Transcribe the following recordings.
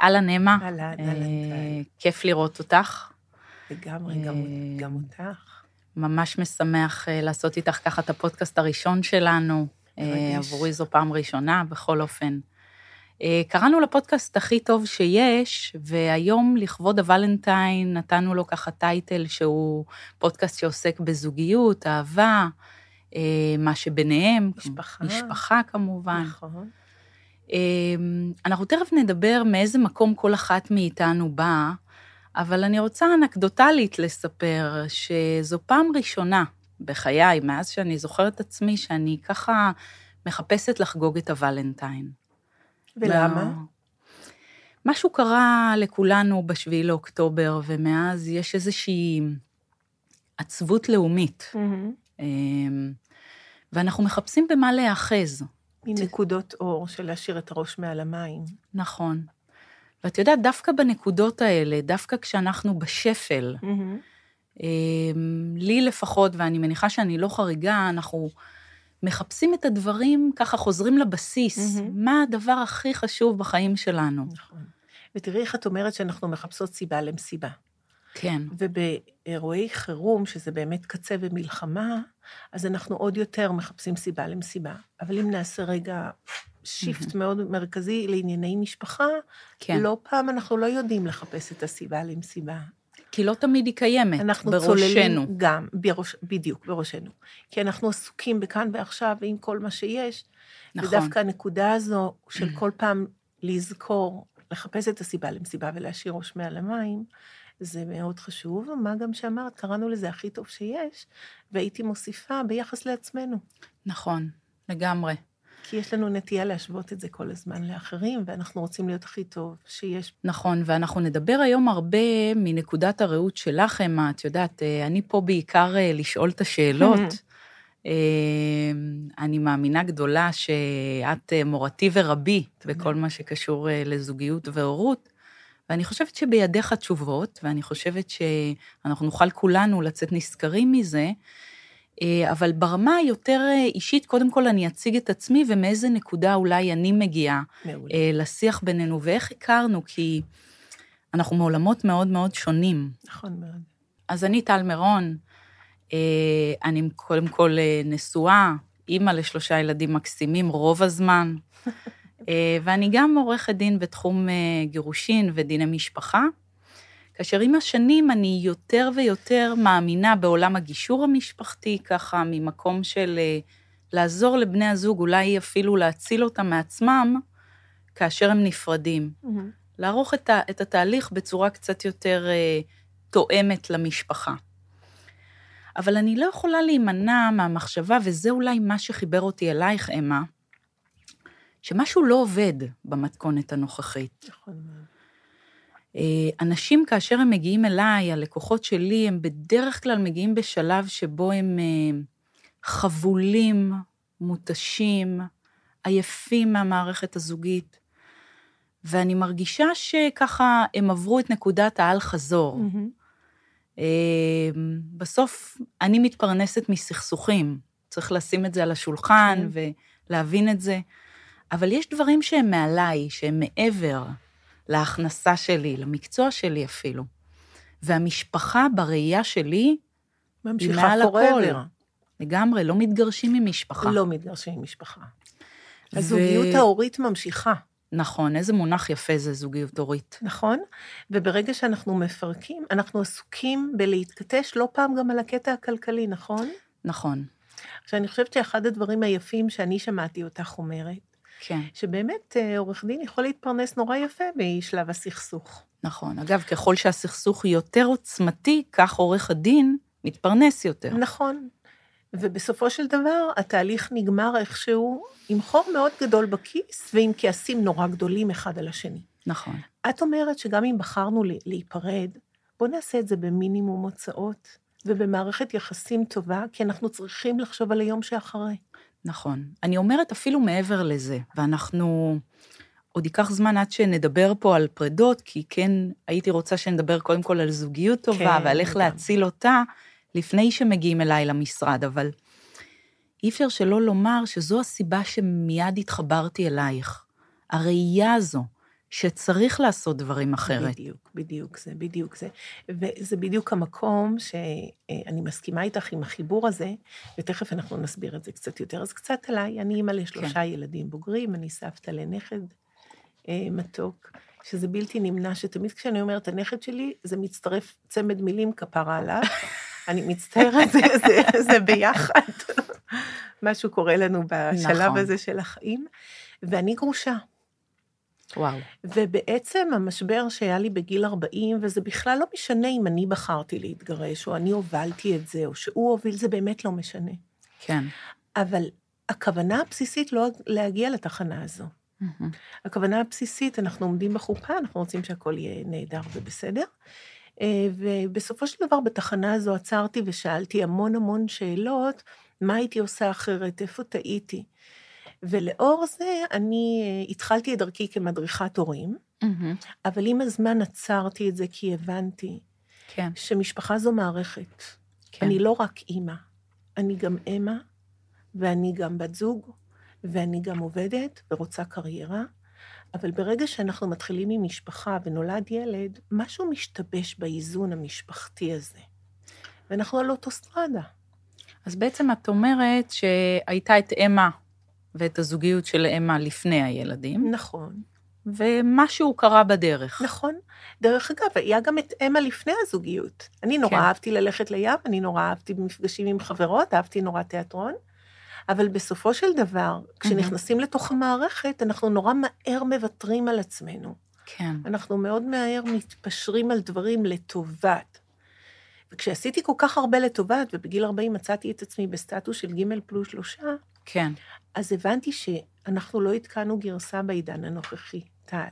אהלן אמה, אהלן, כיף לראות אותך. לגמרי, גם אותך. ממש משמח לעשות איתך ככה את הפודקאסט הראשון שלנו. עבורי זו פעם ראשונה, בכל אופן. קראנו לפודקאסט הכי טוב שיש, והיום לכבוד הוולנטיין נתנו לו ככה טייטל שהוא פודקאסט שעוסק בזוגיות, אהבה, מה שביניהם. משפחה כמובן. נכון. אנחנו תכף נדבר מאיזה מקום כל אחת מאיתנו באה, אבל אני רוצה אנקדוטלית לספר שזו פעם ראשונה בחיי, מאז שאני זוכרת עצמי, שאני ככה מחפשת לחגוג את הוולנטיין. ולמה? משהו קרה לכולנו בשביעי לאוקטובר, ומאז יש איזושהי עצבות לאומית, ואנחנו מחפשים במה להיאחז. מנקודות אור של להשאיר את הראש מעל המים. נכון. ואת יודעת, דווקא בנקודות האלה, דווקא כשאנחנו בשפל, לי לפחות, ואני מניחה שאני לא חריגה, אנחנו מחפשים את הדברים, ככה חוזרים לבסיס, מה הדבר הכי חשוב בחיים שלנו. נכון. ותראי איך את אומרת שאנחנו מחפשות סיבה למסיבה. כן. ובאירועי חירום, שזה באמת קצה ומלחמה, אז אנחנו עוד יותר מחפשים סיבה למסיבה. אבל אם נעשה רגע שיפט מאוד מרכזי לענייני משפחה, כן. לא פעם אנחנו לא יודעים לחפש את הסיבה למסיבה. כי לא תמיד היא קיימת אנחנו בראשנו. צוללים גם, בדיוק, בראשנו. כי אנחנו עסוקים בכאן ועכשיו, ועם כל מה שיש, נכון. ודווקא הנקודה הזו של כל פעם לזכור, לחפש את הסיבה למסיבה ולהשאיר ראש מעל המים, זה מאוד חשוב, מה גם שאמרת, קראנו לזה הכי טוב שיש, והייתי מוסיפה ביחס לעצמנו. נכון, לגמרי. כי יש לנו נטייה להשוות את זה כל הזמן לאחרים, ואנחנו רוצים להיות הכי טוב שיש. נכון, ואנחנו נדבר היום הרבה מנקודת הראות שלך, אמה, את יודעת, אני פה בעיקר לשאול את השאלות. אני מאמינה גדולה שאת מורתי ורבי בכל מה שקשור לזוגיות והורות, ואני חושבת שבידיך תשובות, ואני חושבת שאנחנו נוכל כולנו לצאת נזכרים מזה, אבל ברמה היותר אישית, קודם כל אני אציג את עצמי, ומאיזה נקודה אולי אני מגיעה לשיח בינינו, ואיך הכרנו, כי אנחנו מעולמות מאוד מאוד שונים. נכון מאוד. אז אני טל מירון, אני קודם כל נשואה, אימא ל3 ילדים מקסימים רוב הזמן, ואני גם עורכת דין בתחום גירושין ודיני משפחה, כאשר עם השנים אני יותר ויותר מאמינה בעולם הגישור המשפחתי, ככה ממקום של לעזור לבני הזוג, אולי אפילו להציל אותם מעצמם, כאשר הם נפרדים. לערוך את התהליך בצורה קצת יותר תואמת למשפחה. אבל אני לא יכולה להימנע מהמחשבה, וזה אולי מה שחיבר אותי אלייך, אמה, שמשהו לא עובד במתכונת הנוכחית. נכון מאוד. אנשים כאשר הם מגיעים אליי, הלקוחות שלי, הם בדרך כלל מגיעים בשלב שבו הם חבולים, מותשים, עייפים מהמערכת הזוגית, ואני מרגישה שככה הם עברו את נקודת העל חזור. בסוף אני מתפרנסת מסכסוכים, צריך לשים את זה על השולחן ולהבין את זה, אבל יש דברים שהם מעליי, שהם מעבר להכנסה שלי, למקצוע שלי אפילו. והמשפחה בראייה שלי, היא מעל הכל. לגמרי, לא מתגרשים ממשפחה. לא מתגרשים ממשפחה. הזוגיות ההורית ממשיכה. נכון, איזה מונח יפה זה זוגיות הורית. נכון, וברגע שאנחנו מפרקים, אנחנו עסוקים בלהתכתש לא פעם גם על הקטע הכלכלי, נכון? נכון. עכשיו, אני חושבת שאחד הדברים היפים שאני שמעתי אותך אומרת, כן. שבאמת עורך דין יכול להתפרנס נורא יפה בשלב הסכסוך. נכון. אגב, ככל שהסכסוך יותר עוצמתי, כך עורך הדין מתפרנס יותר. נכון. ובסופו של דבר, התהליך נגמר איכשהו עם חור מאוד גדול בכיס, ועם כעסים נורא גדולים אחד על השני. נכון. את אומרת שגם אם בחרנו להיפרד, בוא נעשה את זה במינימום הוצאות, ובמערכת יחסים טובה, כי אנחנו צריכים לחשוב על היום שאחרי. נכון. אני אומרת אפילו מעבר לזה, ואנחנו עוד ייקח זמן עד שנדבר פה על פרדות, כי כן הייתי רוצה שנדבר קודם כל על זוגיות טובה, ועל איך להציל אותה, לפני שמגיעים אליי למשרד, אבל אי אפשר שלא לומר שזו הסיבה שמיד התחברתי אלייך. הראייה הזו, שצריך לעשות דברים אחרת. בדיוק זה. וזה בדיוק המקום שאני מסכימה איתך עם החיבור הזה, ותכף אנחנו נסביר את זה קצת יותר. אז קצת עליי, אני אימא ל3 ילדים בוגרים, אני סבתא לנכד מתוק, שזה בלתי נמנע, שתמיד כשאני אומרת הנכד שלי, זה מצטרף צמד מילים כפרה עליו, אני מצטערת, זה ביחד. משהו קורה לנו בשלב הזה של החיים, ואני גרושה. וואו. ובעצם המשבר שהיה לי בגיל 40, וזה בכלל לא משנה אם אני בחרתי להתגרש, או אני הובלתי את זה, או שהוא הוביל, זה באמת לא משנה. כן. אבל הכוונה הבסיסית לא להגיע לתחנה הזו. הכוונה הבסיסית, אנחנו עומדים בחופה, אנחנו רוצים שהכל יהיה נהדר ובסדר, ובסופו של דבר בתחנה הזו עצרתי ושאלתי המון שאלות, מה הייתי עושה אחרת, איפה טעיתי? ולאור זה אני התחלתי את דרכי כמדריכת הורים, אבל עם הזמן עצרתי את זה כי הבנתי שמשפחה זו מערכת. אני לא רק אימא, אני גם אמא, ואני גם בת זוג, ואני גם עובדת ורוצה קריירה, אבל ברגע שאנחנו מתחילים עם משפחה ונולד ילד, משהו משתבש באיזון המשפחתי הזה. ואנחנו על אוטוסטרדה. אז בעצם את אומרת שהייתה את אמא ואת הזוגיות של אמא לפני הילדים. נכון. ומשהו קרה בדרך. נכון. דרך אגב, היה גם את אמא לפני הזוגיות. אני נורא אהבתי ללכת לים, אני נורא אהבתי במפגשים עם חברות, אהבתי נורא תיאטרון, אבל בסופו של דבר, כשנכנסים לתוך המערכת, אנחנו נורא מהר מוותרים על עצמנו. כן. אנחנו מאוד מהר מתפשרים על דברים לטובת. וכשעשיתי כל כך הרבה לטובת, ובגיל 40 מצאתי את עצמי בסטטוס של ג'+3, כן. אז הבנתי שאנחנו לא התקענו גרסה בעידן הנוכחי, טל.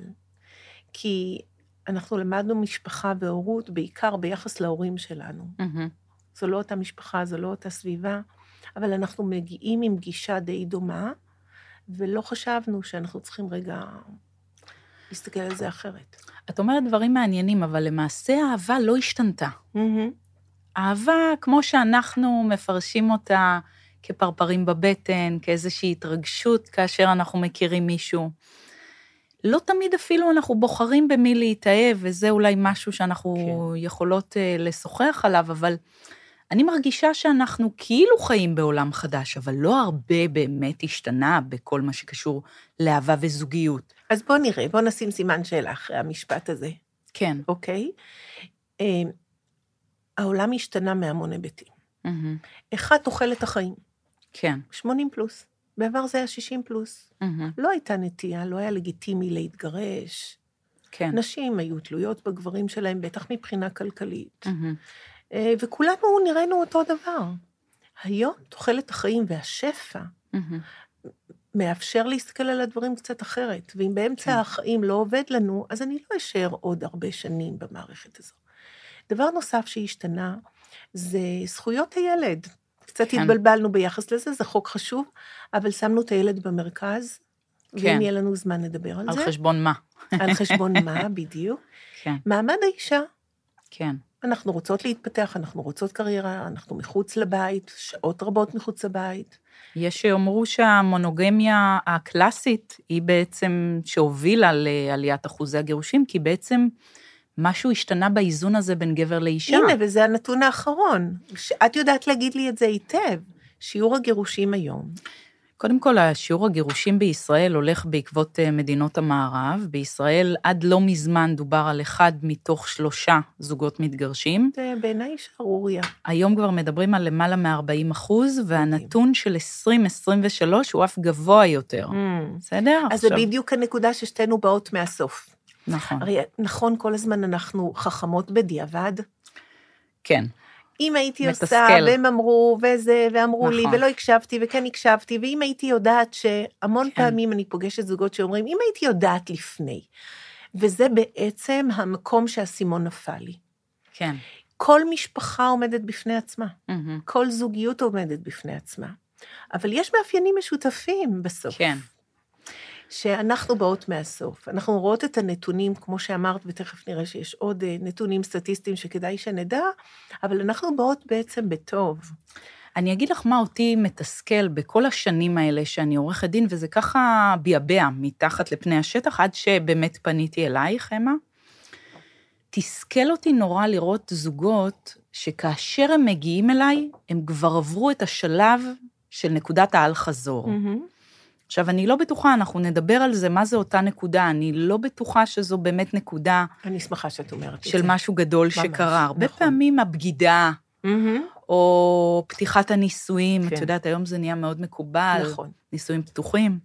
כי אנחנו למדנו משפחה והורות, בעיקר ביחס להורים שלנו. זו לא אותה משפחה, זו לא אותה סביבה, אבל אנחנו מגיעים עם גישה די דומה, ולא חשבנו שאנחנו צריכים רגע להסתכל על זה אחרת. את אומרת דברים מעניינים, אבל למעשה האהבה לא השתנתה. אהבה, כמו שאנחנו מפרשים אותה כפרפרים בבטן, כאיזושהי התרגשות כאשר אנחנו מכירים מישהו, לא תמיד אפילו אנחנו בוחרים במי להתאהב, וזה אולי משהו שאנחנו יכולות לשוחח עליו, אבל אני מרגישה שאנחנו כאילו חיים בעולם חדש, אבל לא הרבה באמת השתנה בכל מה שקשור לאהבה וזוגיות. אז בוא נראה, בוא נשים סימן שאלה אחרי המשפט הזה. כן. אוקיי? העולם השתנה מהמון היבטים. אחד, תוחלת החיים. כן. 80 פלוס. בעבר זה היה 60 פלוס. לא הייתה נטייה, לא היה לגיטימי להתגרש. כן. נשים היו תלויות בגברים שלהם, בטח מבחינה כלכלית. וכולנו נראינו אותו דבר. היום תוחלת החיים והשפע מאפשר להסתכל על הדברים קצת אחרת, ואם באמצע החיים לא עובד לנו, אז אני לא אשאר עוד הרבה שנים במערכת הזו. דבר נוסף שהשתנה, זה זכויות הילד. קצת התבלבלנו ביחס לזה, זה חוק חשוב, אבל שמנו את הילד במרכז, ואם יהיה לנו זמן לדבר על זה. על חשבון מה? על חשבון מה, בדיוק. מעמד האישה. כן. אנחנו רוצות להתפתח, אנחנו רוצות קריירה, אנחנו מחוץ לבית, שעות רבות מחוץ לבית. יש שאומרו שהמונוגמיה הקלאסית היא בעצם שהובילה לעליית אחוזי הגירושים, כי בעצם משהו השתנה באיזון הזה בין גבר לאישה. הנה, וזה הנתון האחרון. את יודעת להגיד לי את זה היטב. שיעור הגירושים היום. קודם כל, השיעור הגירושים בישראל הולך בעקבות מדינות המערב. בישראל עד לא מזמן דובר על 1 מתוך 3 זוגות מתגרשים. זה בעיניי שערוריה. היום כבר מדברים על למעלה מ-40%, והנתון של 2023 הוא אף גבוה יותר. בסדר? אז זה בדיוק הנקודה ששתינו באות מהסוף. נכון. הרי נכון, כל הזמן אנחנו חכמות בדיעבד. כן. אם הייתי עושה, והם אמרו, וזה, ואמרו לי, ולא הקשבתי, וכן הקשבתי, ואם הייתי יודעת שהמון פעמים אני פוגשת זוגות שאומרים, אם הייתי יודעת לפני, וזה בעצם המקום שהסימון נפל לי. כן. כל משפחה עומדת בפני עצמה, כל זוגיות עומדת בפני עצמה, אבל יש מאפיינים משותפים בסוף. כן. שאנחנו באות מהסוף. אנחנו רואות את הנתונים, כמו שאמרת, ותכף נראה שיש עוד נתונים סטטיסטיים שכדאי שנדע, אבל אנחנו באות בעצם בטוב. אני אגיד לך מה אותי מתסכל בכל השנים האלה שאני עורכת דין, וזה ככה ביאבע מתחת לפני השטח, עד שבאמת פניתי אלייך, אמה. תסכל אותי נורא לראות זוגות שכאשר הם מגיעים אליי, הם כבר עברו את השלב של נקודת העל חזור. עכשיו, אני לא בטוחה, אנחנו נדבר על זה, מה זה אותה נקודה, אני לא בטוחה שזו באמת נקודה... אני שמחה שאת אומרת את זה. של משהו גדול שקרה. הרבה פעמים הבגידה, או פתיחת הנישואים, את יודעת, היום זה נהיה מאוד מקובל, נישואים פתוחים.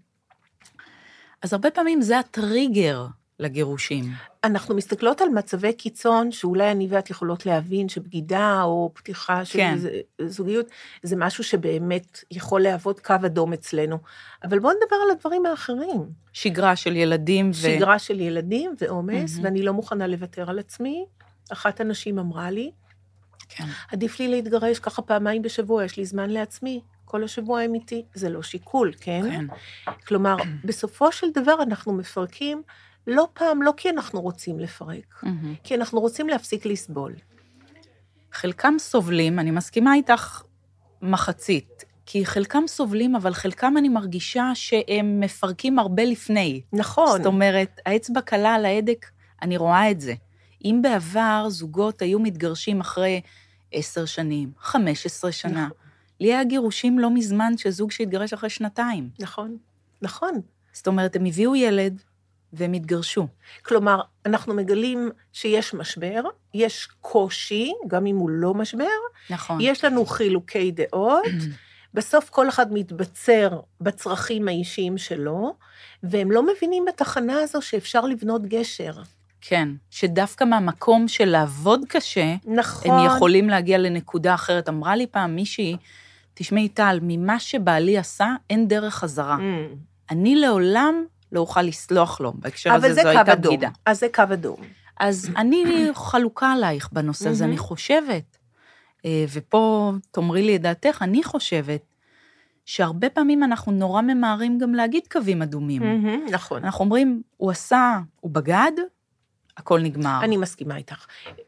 אז הרבה פעמים זה הטריגר לגירושים. אנחנו מסתכלות על מצבי קיצון, שאולי אני ואת יכולות להבין שבגידה או פתיחה של זוגיות, זה משהו שבאמת יכול להוות קו אדום אצלנו. אבל בואו נדבר על הדברים האחרים. שגרה של ילדים שגרה של ילדים ועומס, ואני לא מוכנה לוותר על עצמי. אחת הנשים אמרה לי, עדיף לי להתגרש ככה פעמיים בשבוע, יש לי זמן לעצמי, כל השבוע הם איתי, זה לא שיקול, כן? כלומר, בסופו של דבר אנחנו מפרקים, לא פעם, לא כי אנחנו רוצים לפרק, כי אנחנו רוצים להפסיק לסבול. חלקם סובלים, אני מסכימה איתך מחצית, כי חלקם סובלים, אבל חלקם אני מרגישה שהם מפרקים הרבה לפני. נכון. זאת אומרת, האצבע קלה על ההדק, אני רואה את זה. אם בעבר זוגות היו מתגרשים אחרי 10 שנים, 15 שנה, נכון. לי היה גירושים לא מזמן שזוג שהתגרש אחרי 2. נכון, נכון. זאת אומרת, הם הביאו ילד, והם התגרשו. כלומר, אנחנו מגלים שיש משבר, יש קושי, גם אם הוא לא משבר, נכון. יש לנו חילוקי דעות, בסוף כל אחד מתבצר בצרכים האישיים שלו, והם לא מבינים בתחנה הזו שאפשר לבנות גשר. כן, שדווקא מהמקום של לעבוד קשה, נכון. הם יכולים להגיע לנקודה אחרת. אמרה לי פעם מישהי, תשמעי טל, ממה שבעלי עשה, אין דרך חזרה. אני לעולם לא אוכל לסלוח לו, בהקשר הזה זו הייתה בגידה. אז זה קו אדום. אז אני חלוקה עלייך בנושא הזה, אני חושבת, ופה תאמרי לי את דעתך, אני חושבת, שהרבה פעמים אנחנו נורא ממהרים גם להגיד קווים אדומים. נכון. אנחנו אומרים, הוא עשה, הוא בגד, הכל נגמר. אני מסכימה איתך.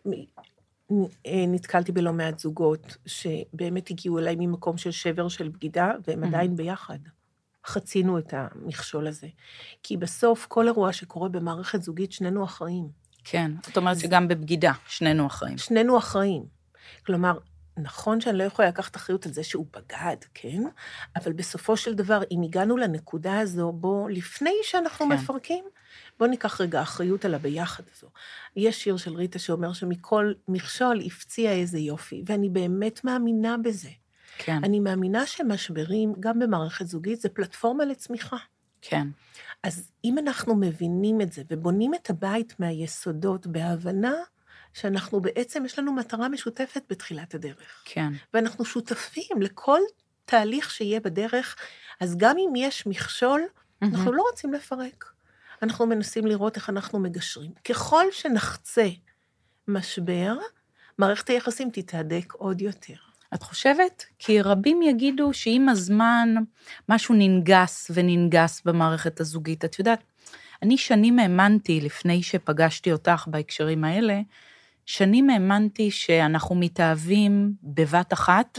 נתקלתי בלא מעט זוגות, שבאמת הגיעו אליי ממקום של שבר של בגידה, והם עדיין ביחד. חצינו את המכשול הזה. כי בסוף כל אירוע שקורה במערכת זוגית, שנינו אחראים. כן, זאת אומרת שגם בבגידה, שנינו אחראים. שנינו אחראים. כלומר, נכון שאני לא יכולה לקחת אחריות על זה שהוא בגד, כן? אבל בסופו של דבר, אם הגענו לנקודה הזו, בוא, לפני שאנחנו מפרקים, בוא ניקח רגע אחריות על הביחד הזו. יש שיר של ריטה שאומר שמכל מכשול הפציע איזה יופי, ואני באמת מאמינה בזה. כן. אני מאמינה שמשברים, גם במערכת זוגית, זה פלטפורמה לצמיחה. כן. אז אם אנחנו מבינים את זה, ובונים את הבית מהיסודות בהבנה, שאנחנו בעצם, יש לנו מטרה משותפת בתחילת הדרך. כן. ואנחנו שותפים לכל תהליך שיהיה בדרך, אז גם אם יש מכשול, אנחנו לא רוצים לפרק. אנחנו מנסים לראות איך אנחנו מגשרים. ככל שנחצה משבר, מערכת היחסים תתהדק עוד יותר. את חושבת? כי רבים יגידו שעם הזמן משהו ננגס וננגס במערכת הזוגית. את יודעת, אני שנים האמנתי, לפני שפגשתי אותך בהקשרים האלה, שנים האמנתי שאנחנו מתאהבים בבת אחת,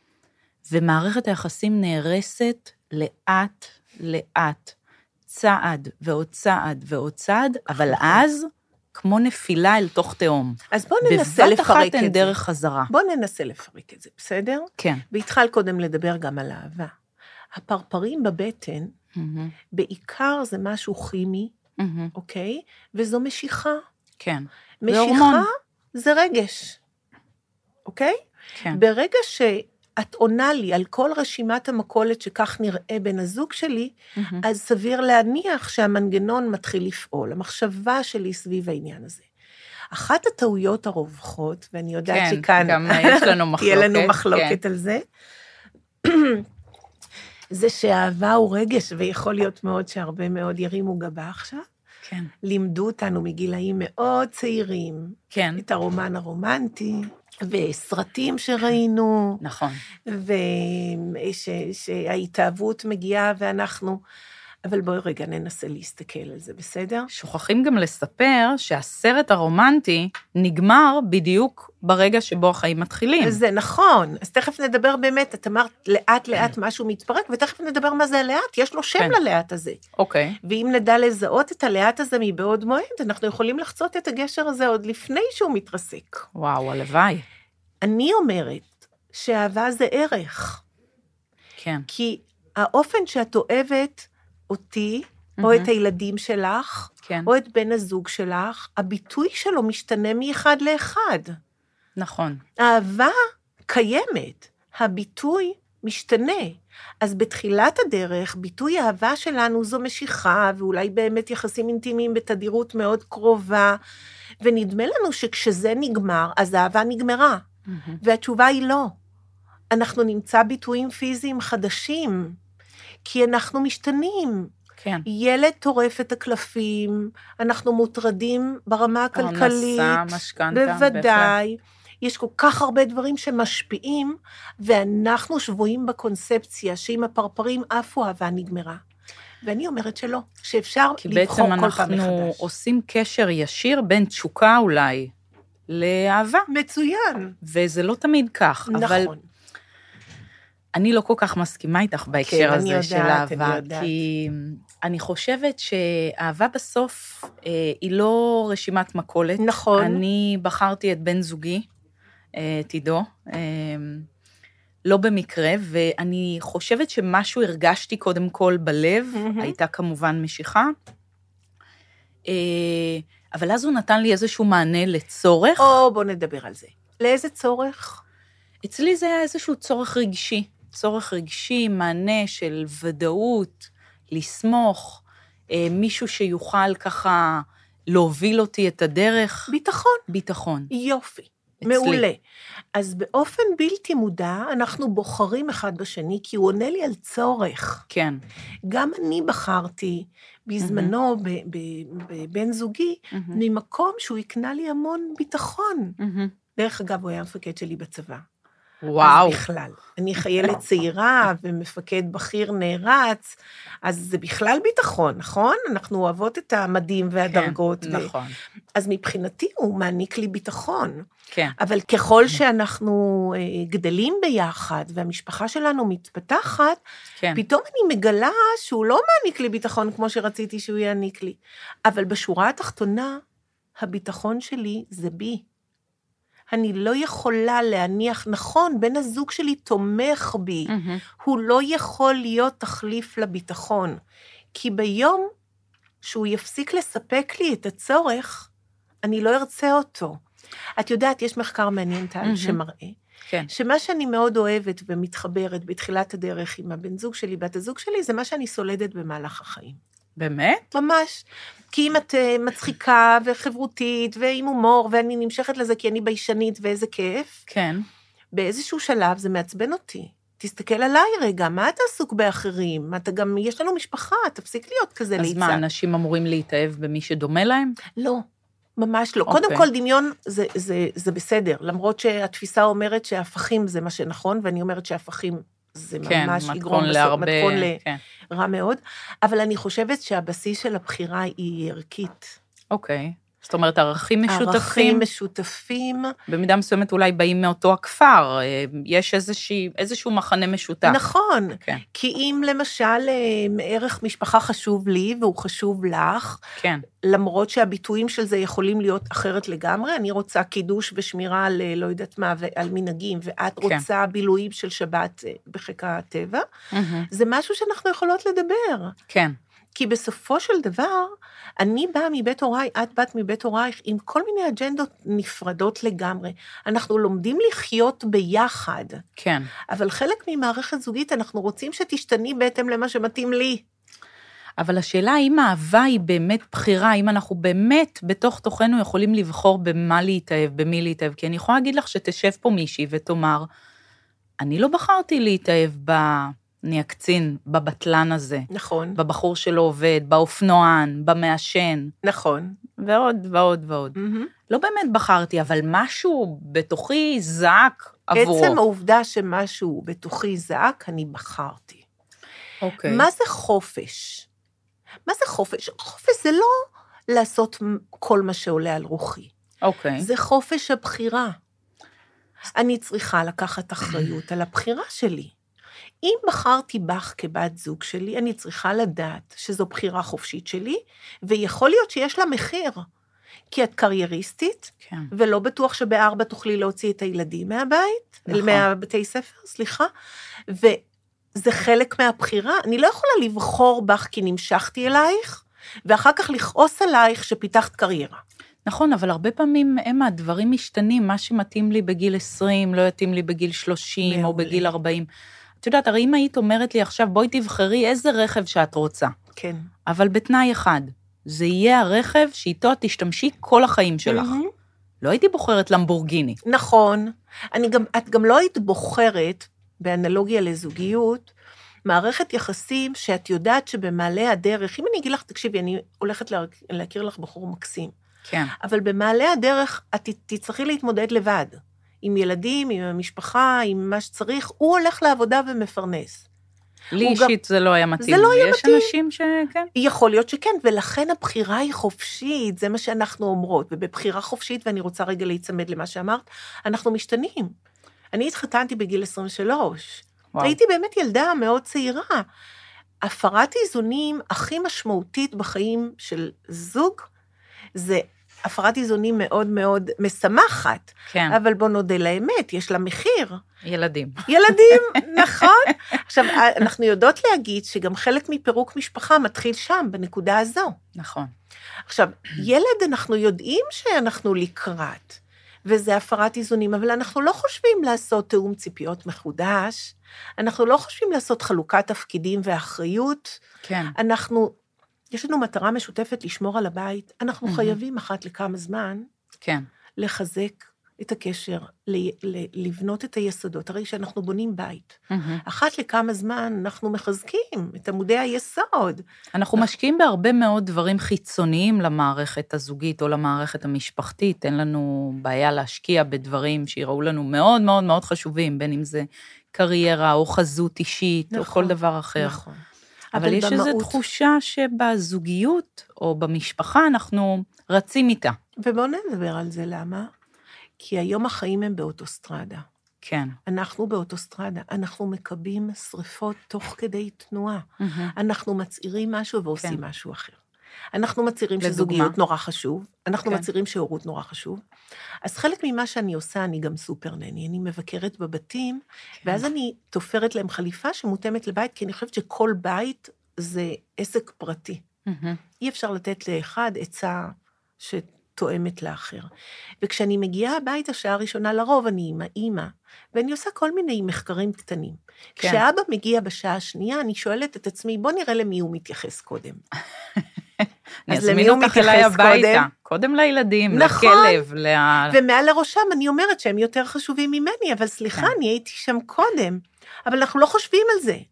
ומערכת היחסים נהרסת לאט לאט, צעד ועוד צעד ועוד צעד, אבל אז כמו נפילה אל תוך תהום. אז בוא ננסה לפרק את זה. בבת אחת אין דרך חזרה. בוא ננסה לפרק את זה, בסדר? כן. והתחל קודם לדבר גם על אהבה. הפרפרים בבטן, בעיקר זה משהו כימי, אוקיי? וזו משיכה. כן. משיכה זה רגש, אוקיי? כן. ברגע שאת עונה לי על כל רשימת המכולת שכך נראה בן הזוג שלי, אז סביר להניח שהמנגנון מתחיל לפעול, המחשבה שלי סביב העניין הזה. אחת הטעויות הרווחות, ואני יודעת שכאן גם יש לנו מחלוקת, תהיה לנו מחלוקת על זה, זה שהאהבה הוא רגש, ויכול להיות מאוד שהרבה מאוד ירימו גבה עכשיו. כן. לימדו אותנו מגילאים מאוד צעירים, כן. את הרומן הרומנטי, וסרטים שראינו. נכון. שההתאהבות מגיעה ואנחנו, אבל בואי רגע ננסה להסתכל על זה, בסדר? שוכחים גם לספר שהסרט הרומנטי נגמר בדיוק ברגע שבו החיים מתחילים. זה נכון, אז תכף נדבר באמת, את אמרת לאט לאט משהו מתפרק, ותכף נדבר מה זה הלאט, יש לו שם ללאט הזה. אוקיי. ואם נדע לזהות את הלאט הזה מבעוד מועד, אנחנו יכולים לחצות את הגשר הזה עוד לפני שהוא מתרסק. וואו, הלוואי. אני אומרת שאהבה זה ערך. כן. כי האופן שאת אוהבת אותי, או את הילדים שלך, כן. או את בן הזוג שלך, הביטוי שלו משתנה מאחד לאחד. נכון. אהבה קיימת, הביטוי משתנה. אז בתחילת הדרך, ביטוי האהבה שלנו זו משיכה, ואולי באמת יחסים אינטימיים בתדירות מאוד קרובה, ונדמה לנו שכשזה נגמר, אז האהבה נגמרה. והתשובה היא לא. אנחנו נמצא ביטויים פיזיים חדשים, כי אנחנו משתנים. כן. ילד טורף את הקלפים, אנחנו מוטרדים ברמה הכלכלית. פרנסה, משכנתה. בוודאי. יש כל כך הרבה דברים שמשפיעים, ואנחנו שבויים בקונספציה שאם הפרפרים עפו, אהבה נגמרה. ואני אומרת שלא, שאפשר לבחור כל פעם מחדש. כי בעצם אנחנו עושים קשר ישיר בין תשוקה אולי לאהבה. מצוין. וזה לא תמיד כך. נכון. אבל אני לא כל כך מסכימה איתך בהקשר הזה של אהבה, כי אני חושבת שאהבה בסוף היא לא רשימת מכולת. נכון. אני בחרתי את בן זוגי, את עידו, לא במקרה, ואני חושבת שמשהו הרגשתי קודם כל בלב, הייתה כמובן משיכה, אבל אז הוא נתן לי איזשהו מענה לצורך. בוא נדבר על זה. לאיזה צורך? אצלי זה היה איזשהו צורך רגשי, מענה של ודאות, לסמוך, מישהו שיוכל ככה להוביל אותי את הדרך. ביטחון. יופי. מעולה. אז באופן בלתי מודע, אנחנו בוחרים אחד בשני, כי הוא עונה לי על צורך. כן. גם אני בחרתי בזמנו בבן זוגי, ממקום שהוא יקנה לי המון ביטחון. דרך אגב, הוא היה מפקד שלי בצבא. וואו. אז בכלל, אני חיילת צעירה ומפקד בכיר נערץ, אז זה בכלל ביטחון, נכון? אנחנו אוהבות את המדים והדרגות. כן, נכון. אז מבחינתי הוא מעניק לי ביטחון. כן. אבל ככל שאנחנו גדלים ביחד, והמשפחה שלנו מתפתחת, כן. פתאום אני מגלה שהוא לא מעניק לי ביטחון כמו שרציתי שהוא יעניק לי. אבל בשורה התחתונה, הביטחון שלי זה בי. אני לא יכולה להניח, נכון, בן הזוג שלי תומך בי, הוא לא יכול להיות תחליף לביטחון, כי ביום שהוא יפסיק לספק לי את הצורך, אני לא ארצה אותו. את יודעת, יש מחקר מעניין טל שמראה, כן. שמה שאני מאוד אוהבת ומתחברת בתחילת הדרך עם הבן זוג שלי, בת הזוג שלי, זה מה שאני סולדת במהלך החיים. באמת? ממש. כי אם את מצחיקה וחברותית ועם הומור, ואני נמשכת לזה כי אני ביישנית ואיזה כיף, כן. באיזשהו שלב זה מעצבן אותי. תסתכל עליי רגע, מה אתה עסוק באחרים? אתה גם, יש לנו משפחה, תפסיק להיות כזה ליצה. אז מה, אנשים אמורים להתאהב במי שדומה להם? לא, ממש לא. קודם כל, דמיון זה בסדר, למרות שהתפיסה אומרת שהפכים זה מה שנכון, ואני אומרת שהפכים זה ממש יגרום בסוף, מתכון לרע מאוד, אבל אני חושבת שהבסיס של הבחירה היא ערכית. אוקיי. זאת אומרת, ערכים משותפים. ערכים משותפים. במידה מסוימת אולי באים מאותו הכפר, יש איזשהו מחנה משותף. נכון, כן. כי אם למשל ערך משפחה חשוב לי, והוא חשוב לך, כן. למרות שהביטויים של זה יכולים להיות אחרת לגמרי, אני רוצה קידוש ושמירה על לא יודעת מה, ועל מנהגים, ואת רוצה בילויים של שבת בחיק הטבע, זה משהו שאנחנו יכולות לדבר. כן. כי בסופו של דבר, אני באה מבית הוריי, את באת מבית הורייך, עם כל מיני אג'נדות נפרדות לגמרי. אנחנו לומדים לחיות ביחד. כן. אבל חלק ממערכת זוגית, אנחנו רוצים שתשתני בהתאם למה שמתאים לי. אבל השאלה, האם האהבה היא באמת בחירה, האם אנחנו באמת בתוך תוכנו יכולים לבחור במה להתאהב, במי להתאהב, כי אני יכולה להגיד לך שתשב פה מישהי ותאמר, אני לא בחרתי להתאהב אני הקצין בבטלן הזה. נכון. בבחור שלא עובד, באופנוען, במעשן. נכון. ועוד ועוד ועוד. לא באמת בחרתי, אבל משהו בתוכי זעק עבורו. עצם העובדה שמשהו בתוכי זעק, אני בחרתי. אוקיי. מה זה חופש? מה זה חופש? חופש זה לא לעשות כל מה שעולה על רוחי. אוקיי. זה חופש הבחירה. אני צריכה לקחת אחריות על הבחירה שלי. אם בחרתי בך כבת זוג שלי, אני צריכה לדעת שזו בחירה חופשית שלי, ויכול להיות שיש לה מחיר, כי את קרייריסטית, כן. ולא בטוח שב4 תוכלי להוציא את הילדים מהבית, נכון. מהבתי ספר, סליחה, וזה חלק מהבחירה. אני לא יכולה לבחור בך כי נמשכתי אלייך, ואחר כך לכעוס עלייך שפיתחת קריירה. נכון, אבל הרבה פעמים הדברים משתנים, מה שמתאים לי בגיל 20, לא יתאים לי בגיל 30 או בגיל 40. את יודעת, הרי אם היית אומרת לי עכשיו, בואי תבחרי איזה רכב שאת רוצה. כן. אבל בתנאי אחד, זה יהיה הרכב שאיתו תשתמשי כל החיים שלך. לא הייתי בוחרת למבורגיני. נכון. את גם לא היית בוחרת, באנלוגיה לזוגיות, מערכת יחסים שאת יודעת שבמעלה הדרך, אם אני אגיד לך, תקשיבי, אני הולכת להכיר לך בחור מקסים. כן. אבל במעלה הדרך, את תצטרכי להתמודד לבד. עם ילדים, עם המשפחה, עם מה שצריך, הוא הולך לעבודה ומפרנס. לי אישית זה לא היה מתאים. זה לא היה מתאים. יש אנשים שכן. יכול להיות שכן, ולכן הבחירה היא חופשית, זה מה שאנחנו אומרות, ובבחירה חופשית, ואני רוצה רגע להיצמד למה שאמרת, אנחנו משתנים. אני התחתנתי בגיל 23. וואו. הייתי באמת ילדה מאוד צעירה. הפרת איזונים הכי משמעותית בחיים של זוג, זה הפרת איזונים מאוד מאוד משמחת, כן. אבל בוא נודה לאמת, יש לה מחיר. ילדים. ילדים, נכון. עכשיו, אנחנו יודעות להגיד שגם חלק מפירוק משפחה מתחיל שם, בנקודה הזו. נכון. עכשיו, ילד אנחנו יודעים שאנחנו לקראת, וזה הפרת איזונים, אבל אנחנו לא חושבים לעשות תאום ציפיות מחודש, אנחנו לא חושבים לעשות חלוקת תפקידים ואחריות, כן. יש לנו מטרה משותפת לשמור על הבית, אנחנו חייבים אחת לכמה זמן, כן. לחזק את הקשר, לבנות את היסודות, הרי שאנחנו בונים בית. אחת לכמה זמן אנחנו מחזקים את עמודי היסוד. אנחנו משקיעים בהרבה מאוד דברים חיצוניים למערכת הזוגית או למערכת המשפחתית, אין לנו בעיה להשקיע בדברים שיראו לנו מאוד מאוד מאוד חשובים, בין אם זה קריירה או חזות אישית או כל דבר אחר. נכון. אבל יש איזו תחושה שבזוגיות או במשפחה אנחנו רצים איתה. ובואו נדבר על זה, למה? כי היום החיים הם באוטוסטרדה. כן. אנחנו באוטוסטרדה, אנחנו מקבים שריפות תוך כדי תנועה. אנחנו מצעירים משהו ועושים משהו אחר. אנחנו מצעירים שזוגיות נורא חשוב, אנחנו מצעירים שהורות נורא חשוב. אז חלק ממה שאני עושה, אני גם סופר נני, אני מבקרת בבתים, ואז אני תופרת להם חליפה שמותאמת לבית, כי אני חושבת שכל בית זה עסק פרטי. אי אפשר לתת לאחד עצה שתואמת לאחר. וכשאני מגיעה הביתה, השעה הראשונה לרוב, אני עם האמא, ואני עושה כל מיני מחקרים קטנים. כשאבא מגיע בשעה השנייה, אני שואלת את עצמי, בוא נראה למי הוא מתייחס קודם. אני אזמין אותך אליי הביתה, קודם לילדים, לכלב, ומעל לראשם אני אומרת שהם יותר חשובים ממני, אבל סליחה, אני הייתי שם קודם, אבל אנחנו לא חושבים על זה.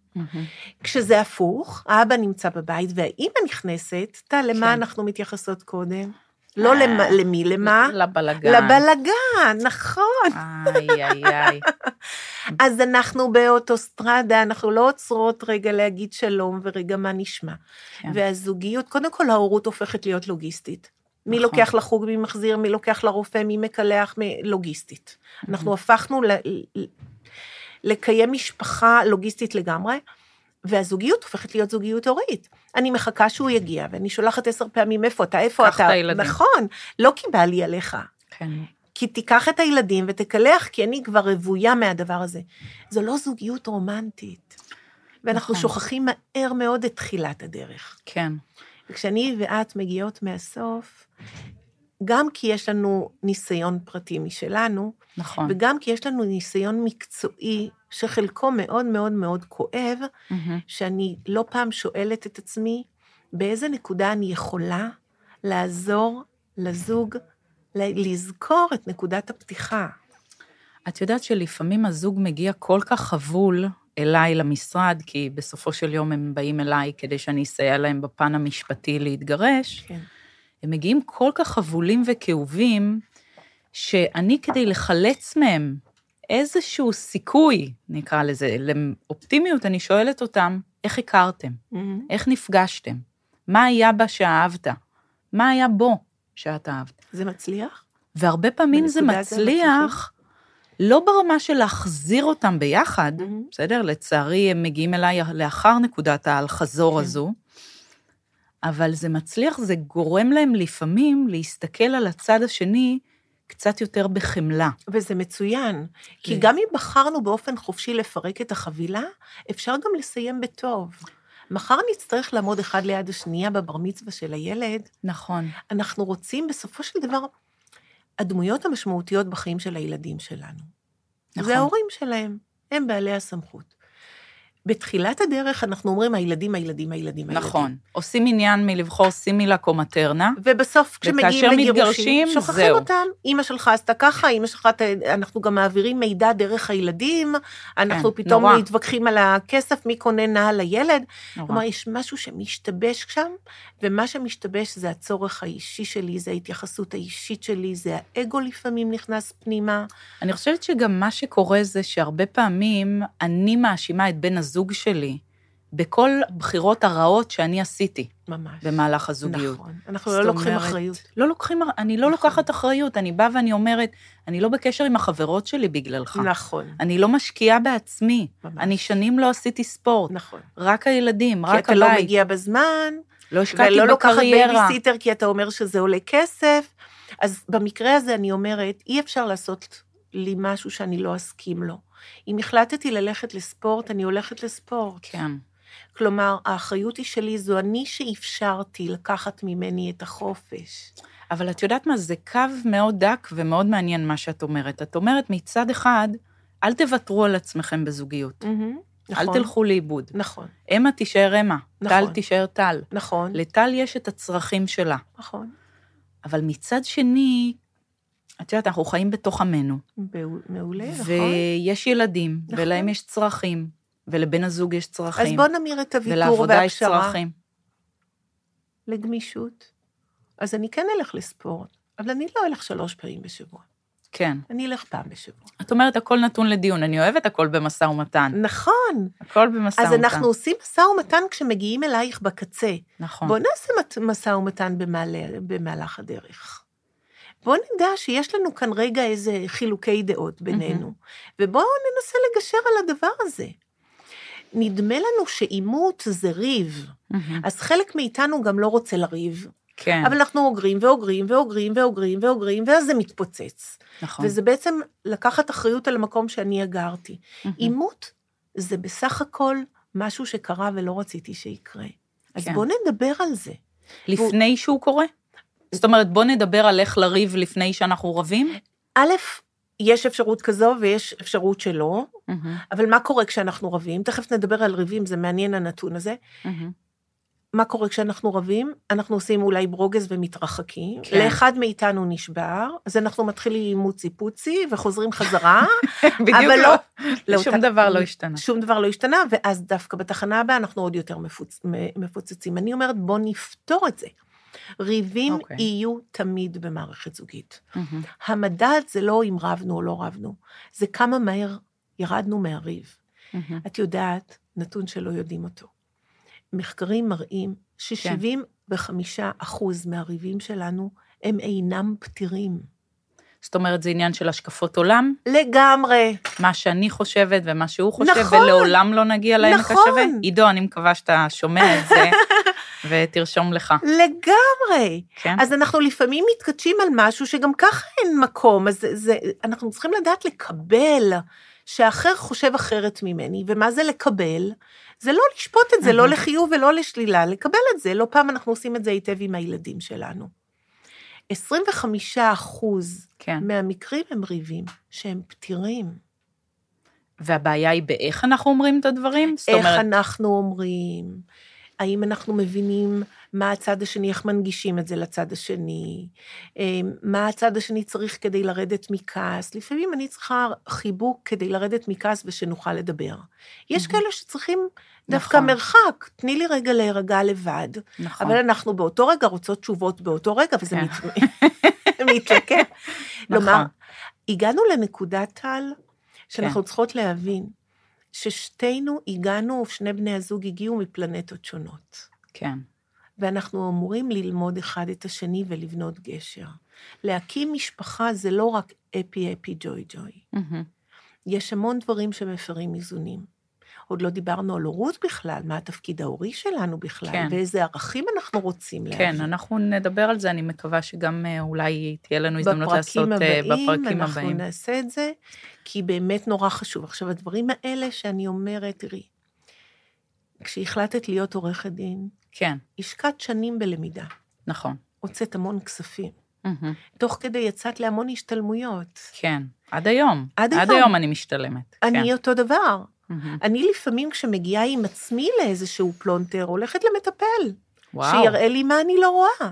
כשזה הפוך, האבא נמצא בבית, והאמא נכנסת, למה אנחנו מתייחסות קודם? לא למי, למה? לבלגן. לבלגן, נכון. איי. אז אנחנו באוטוסטרדה, אנחנו לא עוצרות רגע להגיד שלום ורגע מה נשמע. והזוגיות, קודם כל ההורות הופכת להיות לוגיסטית. מי לוקח לחוג, מי מחזיר, מי לוקח לרופא, מי מקלח, לוגיסטית. אנחנו הפכנו לקיים משפחה לוגיסטית לגמרי, והזוגיות הופכת להיות זוגיות הורית. אני מחכה שהוא יגיע, ואני שולחת 10 פעמים, איפה אתה? קח את הילדים. נכון, לא כי בא לי עליך. כן. כי תיקח את הילדים ותקלח, כי אני כבר רבויה מהדבר הזה. זו לא זוגיות רומנטית. ואנחנו שוכחים מהר מאוד את תחילת הדרך. כן. וכשאני ואת מגיעות מהסוף, גם כי יש לנו ניסיון פרטי משלנו, נכון. וגם כי יש לנו ניסיון מקצועי, שחלקו מאוד מאוד מאוד כואב, שאני לא פעם שואלת את עצמי, באיזה נקודה אני יכולה לעזור לזוג, לזכור את נקודת הפתיחה. את יודעת שלפעמים הזוג מגיע כל כך חבול אליי למשרד, כי בסופו של יום הם באים אליי כדי שאני אסייע להם בפן המשפטי להתגרש, כן. הם מגיעים כל כך חבולים וכאובים, שאני כדי לחלץ מהם איזשהו סיכוי, נקרא לזה, לאופטימיות, אני שואלת אותם, איך הכרתם? איך נפגשתם? מה היה בה שאהבת? מה היה בו שאת אהבת? זה מצליח? והרבה פעמים זה מצליח, לא ברמה של להחזיר אותם ביחד, בסדר? לצערי הם מגיעים אליי לאחר נקודת האל-חזור הזו, אבל זה מצליח, זה גורם להם לפעמים להסתכל על הצד השני קצת יותר בחמלה. וזה מצוין, כי גם אם בחרנו באופן חופשי לפרק את החבילה, אפשר גם לסיים בטוב. מחר נצטרך לעמוד אחד ליד השנייה בבר מצווה של הילד. נכון. אנחנו רוצים בסופו של דבר, הדמויות המשמעותיות בחיים של הילדים שלנו. נכון. זה ההורים שלהם, הם בעלי הסמכות. בתחילת הדרך אנחנו אומרים, הילדים. נכון. עושים עניין מלבחור סימילק או מטרנה. ובסוף כשמגיעים לגירושים, שוכחים אותם, אמא שלך עשתה ככה, אמא שלך, אנחנו גם מעבירים מידע דרך הילדים, אנחנו פתאום מתווכחים על הכסף, מי קונה נעל לילד. כלומר, יש משהו שמשתבש שם, ומה שמשתבש זה הצורך האישי שלי, זה ההתייחסות האישית שלי, זה האגו לפעמים נכנס פנימה. אני חושבת שגם מה שקורה זה שהרבה פעמים אני מאשימה את בן הזוג שלי, בכל בחירות הרעות שאני עשיתי. ממש. במהלך הזוגיות. נכון. אנחנו לא לוקחים אחריות. אני לא לוקחת אחריות, אני באה ואני אומרת, אני לא בקשר עם החברות שלי בגללך. נכון. אני לא משקיעה בעצמי. ממש. אני שנים לא עשיתי ספורט. נכון. רק הילדים, רק הבית. כי אתה לא מגיע בזמן, לא השקעתי בקריירה. ולא לוקחת בייביסיטר, כי אתה אומר שזה עולה כסף. אז במקרה הזה אני אומרת, אי אפשר לעשות לי משהו שאני לא אסכים לו. אם החלטתי ללכת לספורט, אני הולכת לספורט. כן. כלומר, האחריות היא שלי, זו אני שאפשרתי לקחת ממני את החופש. אבל את יודעת מה, זה קו מאוד דק ומאוד מעניין מה שאת אומרת. את אומרת, מצד אחד, אל תוותרו על עצמכם בזוגיות. נכון. אל תלכו לאיבוד. נכון. אמה תישאר אמה, נכון. טל תישאר טל. נכון. לטל יש את הצרכים שלה. נכון. אבל מצד שני, את יודעת, אנחנו חיים בתוך עמנו. מעולה, נכון. ויש ילדים, נכון. ולהם יש צרכים, ולבן הזוג יש צרכים. אז בוא נמיר את הוויתור ולעבודה יש צרכים. לגמישות. אז אני כן אלך לספורט, אבל אני לא אלך 3 פעמים בשבוע. כן. אני אלך פעם בשבוע. את אומרת, הכל נתון לדיון, אני אוהבת הכל במשא ומתן. נכון. הכל במשא ומתן. אז אנחנו עושים משא ומתן כשמגיעים אלייך בקצה. נכון. בוא נעשה משא ומתן במהלך הדרך. בוא נדע שיש לנו כאן רגע איזה חילוקי דעות בינינו, ובואו ננסה לגשר על הדבר הזה. נדמה לנו שאימות זה ריב, אז חלק מאיתנו גם לא רוצה לריב, כן. אבל אנחנו אוגרים ואוגרים ואוגרים ואוגרים ואוגרים, ואז זה מתפוצץ. נכון. וזה בעצם לקחת אחריות על המקום שאני אגרתי. אימות זה בסך הכל משהו שקרה ולא רציתי שיקרה. אז כן. בואו נדבר על זה. לפני שהוא קורה? זאת אומרת, בוא נדבר על איך לריב לפני שאנחנו רבים? א', יש אפשרות כזו ויש אפשרות שלא, אבל מה קורה כשאנחנו רבים? תכף נדבר על ריבים, זה מעניין הנתון הזה. מה קורה כשאנחנו רבים? אנחנו עושים אולי ברוגז ומתרחקים, לאחד מאיתנו נשבר, אז אנחנו מתחילים מוצי פוצי וחוזרים חזרה, אבל לא, שום דבר לא השתנה. שום דבר לא השתנה, ואז דווקא בתחנה הבאה אנחנו עוד יותר מפוצצים. אני אומרת, בוא נפתור את זה. ריבים יהיו תמיד במערכת זוגית. המדד זה לא אם רבנו או לא רבנו, זה כמה מהר ירדנו מהריב. את יודעת, נתון שלא יודעים אותו. מחקרים מראים ש75% מהריבים שלנו הם אינם פתירים. זאת אומרת, זה עניין של השקפות עולם? לגמרי. מה שאני חושבת ומה שהוא חושב, ולעולם לא נגיע לעמק השווה. עידו, אני מקווה שאתה שומע את זה, ותרשום לך. לגמרי. כן? אז אנחנו לפעמים מתקדשים על משהו שגם ככה אין מקום, אז אנחנו צריכים לדעת לקבל שהאחר חושב אחרת ממני, ומה זה לקבל? זה לא לשפוט את זה, לא לחיוב ולא לשלילה, לקבל את זה, לא פעם אנחנו עושים את זה היטב עם הילדים שלנו. 25% כן. מהמקרים הם ריבים, שהם פתירים. והבעיה היא באיך אנחנו אומרים את הדברים? איך אנחנו אומרים, האם אנחנו מבינים מה הצד השני, איך מנגישים את זה לצד השני, מה הצד השני צריך כדי לרדת מכעס, לפעמים אני צריכה חיבוק כדי לרדת מכעס ושנוכל לדבר. יש כאלה שצריכים דווקא מרחק, תני לי רגע להירגע לבד, אבל אנחנו באותו רגע רוצות תשובות באותו רגע, וזה מתלקח. כלומר, הגענו לנקודת טל, שאנחנו צריכות להבין, ששתינו הגענו, שני בני הזוג הגיעו מפלנטות שונות. כן. ואנחנו אמורים ללמוד אחד את השני ולבנות גשר. להקים משפחה זה לא רק אפי, אפי, ג'וי, ג'וי. יש המון דברים שמפרים איזונים. עוד לא דיברנו על הורות בכלל, מה התפקיד ההורי שלנו בכלל, כן. ואיזה ערכים אנחנו רוצים להביא. כן, אנחנו נדבר על זה, אני מקווה שגם אולי תהיה לנו הזדמנות לעשות בפרקים הבאים. אנחנו נעשה את זה, כי באמת נורא חשוב. עכשיו, הדברים האלה שאני אומרת, תראי, כשהחלטת להיות עורכת דין, כן. השקעת שנים בלמידה. נכון. הוצאת המון כספים. תוך כדי יצאת להמון השתלמויות. כן, עד היום. עד היום אני משתלמת. אני אותו דבר. אני לפעמים כשמגיעה עם עצמי לאיזשהו פלונטר, הולכת למטפל, שיראה לי מה אני לא רואה.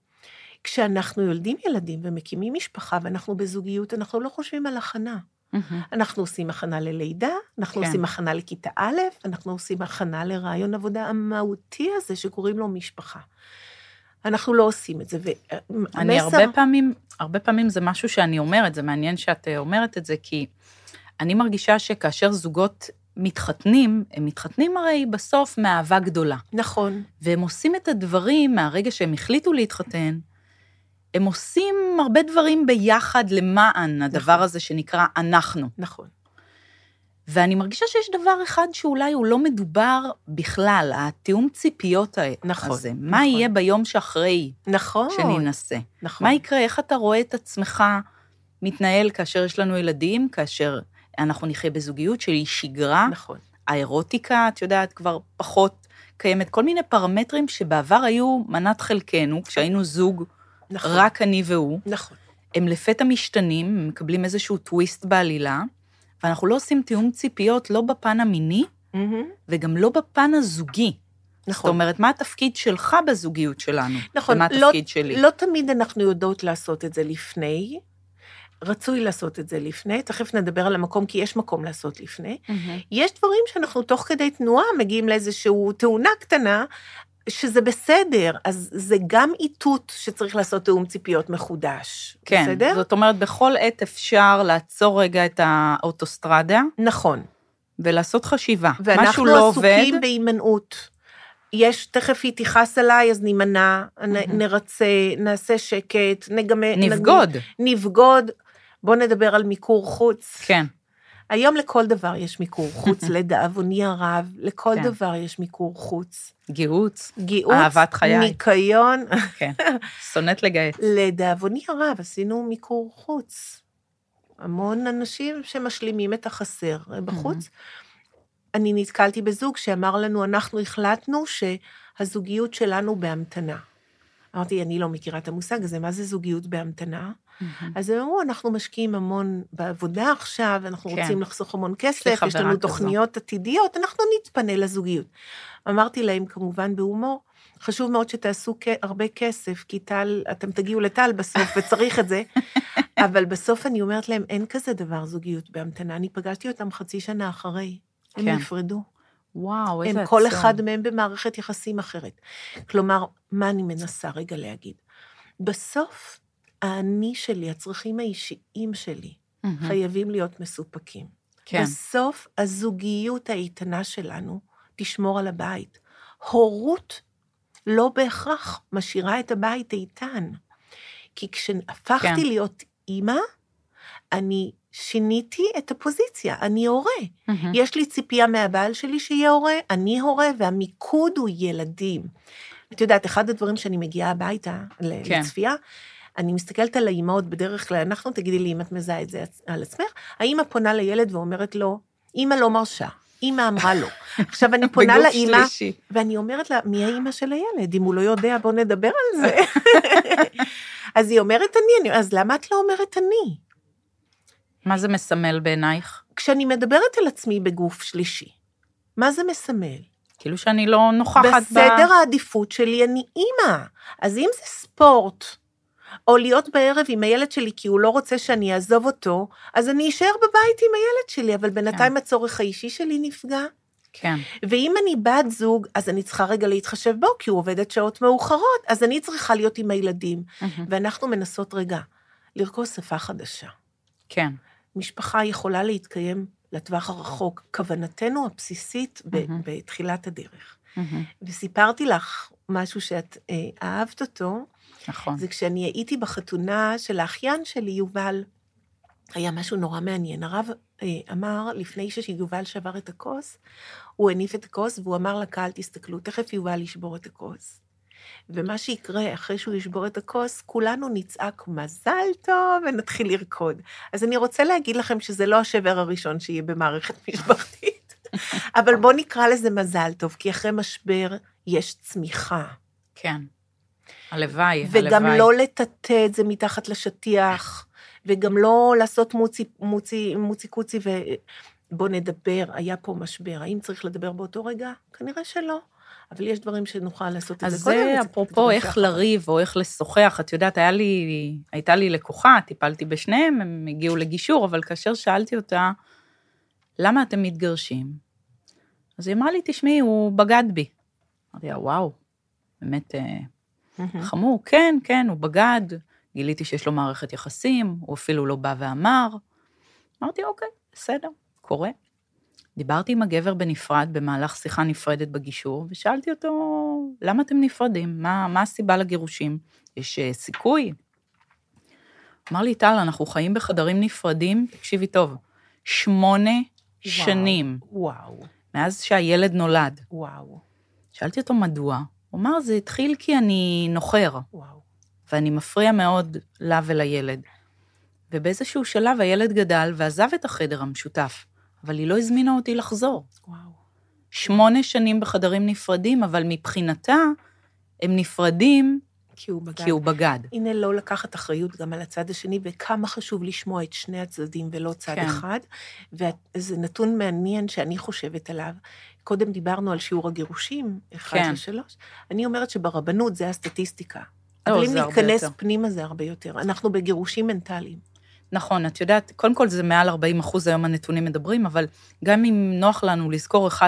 כשאנחנו יולדים ילדים ומקימים משפחה, ואנחנו בזוגיות, אנחנו לא חושבים על הכנה. אנחנו עושים הכנה ללידה, אנחנו עושים הכנה לכיתה א', אנחנו עושים הכנה לרעיון עבודה המהותי הזה, שקוראים לו משפחה. אנחנו לא עושים את זה. אני הרבה פעמים זה משהו שאני אומרת, זה מעניין שאת אומרת את זה, כי אני מרגישה שכאשר זוגות מתחתנים, הם מתחתנים הרי בסוף מאהבה גדולה. נכון. והם עושים את הדברים מהרגע שהם החליטו להתחתן, הם עושים הרבה דברים ביחד למען הדבר הזה שנקרא אנחנו. נכון. ואני מרגישה שיש דבר אחד שאולי הוא לא מדובר בכלל, התיאום ציפיות הזה. מה יהיה ביום שאחרי שננסה? נכון. מה יקרה? איך אתה רואה את עצמך מתנהל כאשר יש לנו ילדים, כאשר אנחנו נחיה בזוגיות שהיא שגרה, נכון. האירוטיקה, את יודעת, כבר פחות קיימת, כל מיני פרמטרים שבעבר היו מנת חלקנו, כשהיינו זוג, נכון. רק אני והוא, נכון. הם לפתע משתנים, מקבלים איזשהו טוויסט בעלילה, ואנחנו לא עושים תיאום ציפיות, לא בפן המיני, וגם לא בפן הזוגי. נכון. זאת אומרת, מה התפקיד שלך בזוגיות שלנו? נכון. ומה התפקיד שלי? לא תמיד אנחנו יודעות לעשות את זה לפני, רצוי לעשות את זה לפני, תכף נדבר על המקום, כי יש מקום לעשות לפני. יש דברים שאנחנו תוך כדי תנועה מגיעים לאיזשהו תאונה קטנה, שזה בסדר, אז זה גם איתות שצריך לעשות תאום ציפיות מחודש. כן, בסדר? זאת אומרת, בכל עת אפשר לעצור רגע את האוטוסטרדה. נכון. ולעשות חשיבה. ואנחנו עסוקים בהימנעות. יש, תכף היא תיחס עליי, אז נימנע, נרצה, נעשה שקט, נבגוד. בוא נדבר על מיקור חוץ. כן. היום לכל דבר יש מיקור חוץ, לדאבוני הרב, לכל דבר יש מיקור חוץ. גיהוץ, אהבת חיי. ניקיון. כן, שונאת לגייץ. לדאבוני הרב, עשינו מיקור חוץ. המון אנשים שמשלימים את החסר בחוץ. אני נתקלתי בזוג שאמר לנו, אנחנו החלטנו שהזוגיות שלנו בהמתנה. אמרתי, אני לא מכירה את המושג הזה, מה זה זוגיות בהמתנה? אז הם אמרו, אנחנו משקיעים המון בעבודה עכשיו, אנחנו רוצים לחסוך המון כסף, יש לנו תוכניות עתידיות, אנחנו נתפנה לזוגיות. אמרתי להם, כמובן בהומור, חשוב מאוד שתעשו הרבה כסף, כי אתם תגיעו לטל בסוף וצריך את זה, אבל בסוף אני אומרת להם, אין כזה דבר זוגיות בהמתנה, אני פגשתי אותם חצי שנה אחרי, הם נפרדו. וואו, איזה הם כל אחד מהם במערכת יחסים אחרת. כלומר, מה אני מנסה רגע להגיד? בסוף, האני שלי, הצרכים האישיים שלי, חייבים להיות מסופקים. כן. בסוף, הזוגיות האיתנה שלנו תשמור על הבית. הורות לא בהכרח משאירה את הבית איתן. כי כשהפכתי להיות אימא, אני שיניתי את הפוזיציה, אני הורה. יש לי ציפייה מהבעל שלי שיהיה הורה, אני הורה, והמיקוד הוא ילדים. את יודעת, אחד הדברים שאני מגיעה הביתה לצפייה, אני מסתכלת על האימהות בדרך כלל, אנחנו תגידי לי אם את מזהה את זה על עצמך, האמא פונה לילד ואומרת לו, אמא לא מרשה, אמא אמרה לו. עכשיו אני פונה לאמא, ואני אומרת לה, מי האמא של הילד? אם הוא לא יודע, בוא נדבר על זה. אז היא אומרת אני, אז למה את לא אומרת אני? מה זה מסמל בעינייך? כשאני מדברת על עצמי בגוף שלישי, מה זה מסמל? כאילו שאני לא נוכחת בסדר העדיפות שלי אני אימא. אז אם זה ספורט, או להיות בערב עם הילד שלי, כי הוא לא רוצה שאני אעזוב אותו, אז אני אשאר בבית עם הילד שלי, אבל בינתיים הצורך האישי שלי נפגע. כן. ואם אני בת זוג, אז אני צריכה רגע להתחשב בו, כי הוא עובד עד שעות מאוחרות, אז אני צריכה להיות עם הילדים. ואנחנו מנסות רגע לרכוש שפה חדשה. כן. משפחה יכולה להתקיים לטווח הרחוק, כוונתנו הבסיסית בתחילת הדרך. וסיפרתי לך משהו שאת אהבת אותו, נכון. זה כשאני הייתי בחתונה של האחיין שלי, יובל, היה משהו נורא מעניין. הרב אמר, לפני שיובל שבר את הכוס, הוא הניף את הכוס, והוא אמר לקהל, תסתכלו, תכף יובל ישבור את הכוס. ומה שיקרה אחרי שהוא ישבור את הכוס, כולנו נצעק מזל טוב ונתחיל לרקוד. אז אני רוצה להגיד לכם שזה לא השבר הראשון שיהיה במערכת משפחתית, אבל בואו נקרא לזה מזל טוב, כי אחרי משבר יש צמיחה. כן. הלוואי, וגם לא לטטא את זה מתחת לשטיח, וגם לא לעשות מוצי קוצי, ובוא נדבר, היה פה משבר, האם צריך לדבר באותו רגע? כנראה שלא. אבל יש דברים שנוכל לעשות את זה קודם. אז זה אפרופו איך לריב או איך לשוחח, את יודעת, הייתה לי לקוחה, טיפלתי בשניהם, הם הגיעו לגישור, אבל כאשר שאלתי אותה, למה אתם מתגרשים? אז היא אמרה לי, תשמעי, הוא בגד בי. אמרתי לה, וואו, באמת חמור, כן, הוא בגד, גיליתי שיש לו מערכת יחסים, הוא אפילו לא בא ואמר. אמרתי, אוקיי, בסדר, קורה. דיברתי עם הגבר בנפרד, במהלך שיחה נפרדת בגישור, ושאלתי אותו, למה אתם נפרדים? מה הסיבה לגירושים? יש סיכוי? אמר לי, טל, אנחנו חיים בחדרים נפרדים, תקשיבי טוב, 8 שנים. וואו. מאז שהילד נולד. וואו. שאלתי אותו מדוע, הוא אמר, זה התחיל כי אני נוחר. וואו. ואני מפריע מאוד לה ולילד. ובאיזשהו שלב הילד גדל ועזב את החדר המשותף. אבל היא לא הזמינה אותי לחזור. וואו. 8 שנים בחדרים נפרדים, אבל מבחינתה הם נפרדים כי הוא בגד. הנה לא לקחת אחריות גם על הצד השני, וכמה חשוב לשמוע את שני הצדדים ולא צד אחד, וזה נתון מעניין שאני חושבת עליו. קודם דיברנו על שיעור הגירושים, 1-3. אני אומרת שברבנות זה הסטטיסטיקה. אבל אם ניכנס פנימה זה הרבה יותר. אנחנו בגירושים מנטליים. נכון, את יודעת, קודם כל זה מעל 40% היום הנתונים מדברים, אבל גם אם נוח לנו לזכור 1-3,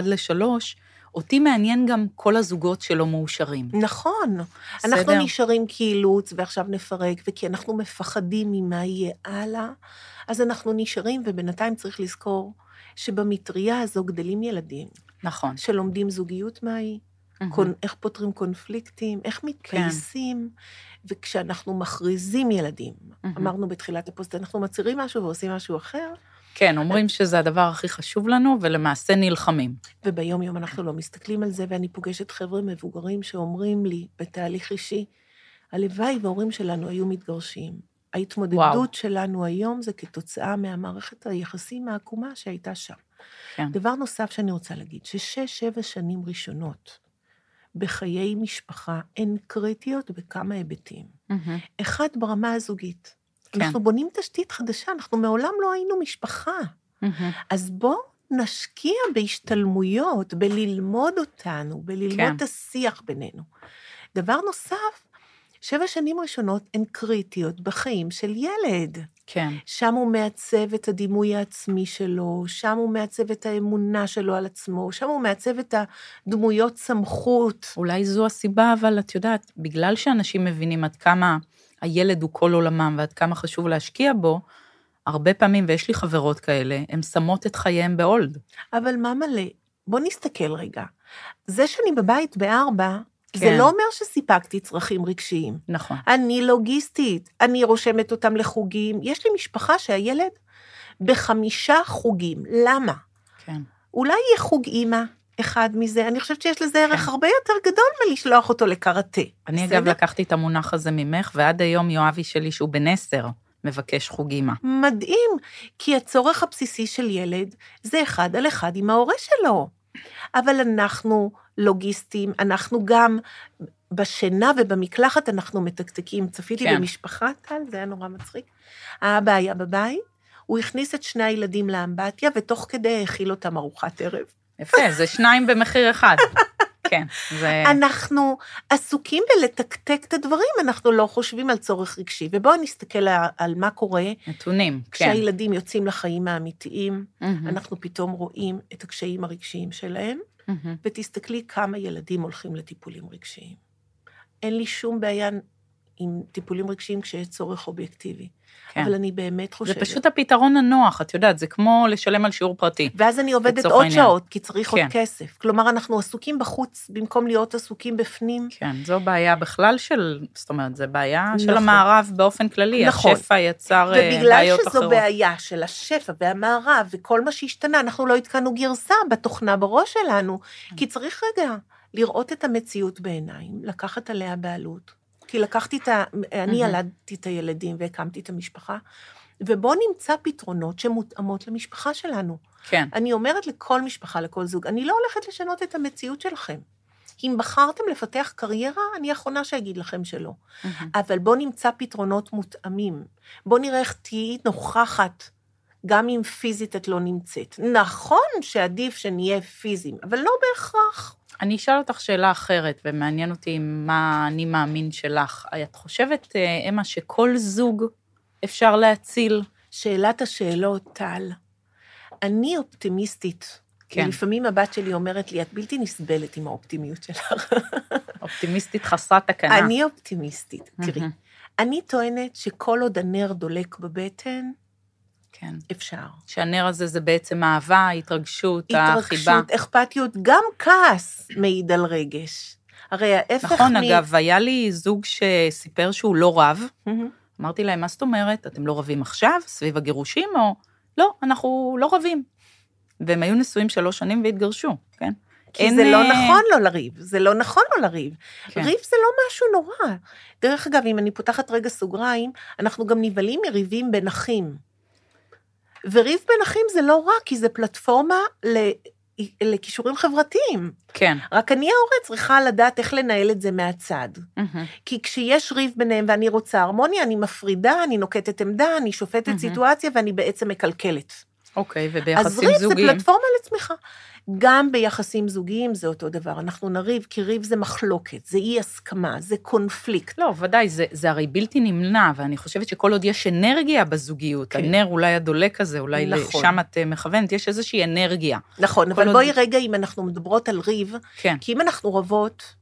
אותי מעניין גם כל הזוגות שלא מאושרים. נכון. אנחנו נשארים כאילוץ, ועכשיו נפרק, וכי אנחנו מפחדים ממה יהיה הלאה, אז אנחנו נשארים, ובינתיים צריך לזכור שבמטריה הזו גדלים ילדים. נכון. שלומדים זוגיות מהי, איך פותרים קונפליקטים, איך מתפייסים, וכשאנחנו מכריזים ילדים, אמרנו בתחילת הפוסט, אנחנו מצהירים משהו ועושים משהו אחר. כן, אומרים שזה הדבר הכי חשוב לנו, ולמעשה נלחמים. וביום יום אנחנו לא מסתכלים על זה, ואני פוגשת חבר'ה מבוגרים שאומרים לי, בתהליך אישי, הלוואי והורים שלנו היו מתגרשים. ההתמודדות שלנו היום זה כתוצאה מהמערכת היחסים העקומה שהייתה שם. כן. דבר נוסף שאני רוצה להגיד, ש6-7 שנים ראשונות, בחיי משפחה הן קריטיות בכמה היבטים. אחד ברמה הזוגית. אנחנו בונים תשתית חדשה, אנחנו מעולם לא היינו משפחה. אז בוא נשקיע בהשתלמויות, בללמוד אותנו, בללמוד את השיח בינינו. דבר נוסף, 7 שנים ראשונות הן קריטיות בחיים של ילד. כן. שם הוא מעצב את הדימוי העצמי שלו, שם הוא מעצב את האמונה שלו על עצמו, שם הוא מעצב את הדמויות סמכות. אולי זו הסיבה, אבל את יודעת, בגלל שאנשים מבינים עד כמה הילד הוא כל עולמם, ועד כמה חשוב להשקיע בו, הרבה פעמים, ויש לי חברות כאלה, הן שמות את חייהם בעולד. אבל מה מלא? בוא נסתכל רגע. זה שאני בבית ב4, זה לא אומר שסיפקתי צרכים רגשיים. נכון. אני לוגיסטית, אני רושמת אותם לחוגים. יש לי משפחה שהילד ב5 חוגים. למה? כן. אולי יהיה חוג אימא אחד מזה. אני חושבת שיש לזה ערך הרבה יותר גדול מלשלוח אותו לקראטה. אני אגב לקחתי את המונח הזה ממך, ועד היום יואבי שלי שהוא בן 10, מבקש חוג אימא. מדהים, כי הצורך הבסיסי של ילד זה 1 על 1 עם ההורה שלו. אבל אנחנו לוגיסטים, אנחנו גם בשינה ובמקלחת אנחנו מתקתקים. צפיתי במשפחה, טל, זה היה נורא מצחיק. האבא היה בבית, הוא הכניס את 2 הילדים לאמבטיה, ותוך כדי הכיל אותם ארוחת ערב. יפה, זה 2 במחיר אחד. כן, זה... אנחנו עסוקים בלתקתק את הדברים, אנחנו לא חושבים על צורך רגשי, ובואו נסתכל על מה קורה. נתונים, כן. כשהילדים יוצאים לחיים האמיתיים, אנחנו פתאום רואים את הקשיים הרגשיים שלהם, ותסתכלי כמה ילדים הולכים לטיפולים רגשיים. אין לי שום בעיה עם טיפולים רגשיים כשיש צורך אובייקטיבי. כן. אבל אני באמת חושבת... זה פשוט הפתרון הנוח, את יודעת, זה כמו לשלם על שיעור פרטי. ואז אני עובדת עוד שעות, כי צריך עוד כסף. כלומר, אנחנו עסוקים בחוץ, במקום להיות עסוקים בפנים. כן, זו בעיה בכלל זאת אומרת, זו בעיה של המערב באופן כללי. נכון. השפע יצר בעיות אחרות. ובגלל שזו בעיה של השפע והמערב, וכל מה שהשתנה, אנחנו לא התקנו גרסה בתוכנה בראש שלנו, כי צריך רגע לראות את המציאות בעיניים, לקחת עליה בעלות. כי אני ילדתי את הילדים והקמתי את המשפחה, ובוא נמצא פתרונות שמותאמות למשפחה שלנו. כן. אני אומרת לכל משפחה, לכל זוג, אני לא הולכת לשנות את המציאות שלכם. אם בחרתם לפתח קריירה, אני האחרונה שאגיד לכם שלא. אבל בוא נמצא פתרונות מותאמים. בוא נראה איך תהיי נוכחת, גם אם פיזית את לא נמצאת. נכון שעדיף שנהיה פיזיים, אבל לא בהכרח. אני אשאל אותך שאלה אחרת, ומעניין אותי מה אני מאמין שלך. את חושבת, אמה, שכל זוג אפשר להציל? שאלת השאלות, טל. אני אופטימיסטית. כן. לפעמים הבת שלי אומרת לי, את בלתי נסבלת עם האופטימיות שלך. אופטימיסטית חסרת תקנה. אני אופטימיסטית, תראי. אני טוענת שכל עוד הנר דולק בבטן, כן. אפשר. שהנר הזה זה בעצם אהבה, התרגשות, החיבה. התרגשות, אכפתיות, גם כעס מעיד על רגש. הרי ההפך נכון, אגב, היה לי זוג שסיפר שהוא לא רב, אמרתי להם, מה זאת אומרת? אתם לא רבים עכשיו, סביב הגירושים, או לא, אנחנו לא רבים. והם היו נשואים 3 שנים והתגרשו, כן? כי זה לא נכון לא לריב, זה לא נכון לא לריב. ריב זה לא משהו נורא. דרך אגב, אם אני פותחת רגע סוגריים, אנחנו גם נבלים מריבים בין אחים. וריב בין אחים זה לא רע, כי זה פלטפורמה לכישורים חברתיים. כן. רק אני ההורה צריכה לדעת איך לנהל את זה מהצד. כי כשיש ריב ביניהם ואני רוצה הרמוניה, אני מפרידה, אני נוקטת עמדה, אני שופטת סיטואציה ואני בעצם מקלקלת. אוקיי, וביחסים זוגיים. אז ריב זה פלטפורמה לצמיחה. גם ביחסים זוגיים זה אותו דבר, אנחנו נריב, כי ריב זה מחלוקת, זה אי הסכמה, זה קונפליקט. לא, ודאי, זה הרי בלתי נמנע, ואני חושבת שכל עוד יש אנרגיה בזוגיות, כן. הנר אולי הדולק הזה, אולי נכון. לשם את מכוונת, יש איזושהי אנרגיה. נכון, אבל עוד... בואי רגע אם אנחנו מדברות על ריב, כן. כי אם אנחנו רבות,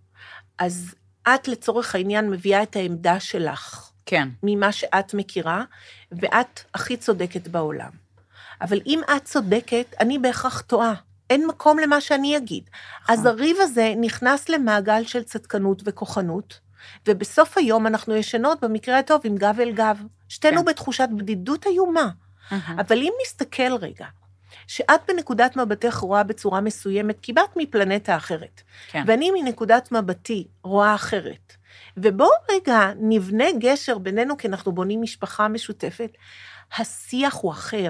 אז את לצורך העניין מביאה את העמדה שלך, כן. ממה שאת מכירה, ואת הכי צודקת בעולם. אבל אם את צודקת, אני בהכרח טועה. אין מקום למה שאני אגיד. אז הריב הזה נכנס למעגל של צדקנות וכוחנות, ובסוף היום אנחנו ישנות במקרה הטוב עם גב אל גב. שתינו בתחושת בדידות איומה. אבל אם נסתכל רגע, שאת בנקודת מבטך רואה בצורה מסוימת, כי באת מפלנטה אחרת, ואני מנקודת מבטי רואה אחרת, ובואו רגע נבנה גשר בינינו, כי אנחנו בונים משפחה משותפת, השיח הוא אחר.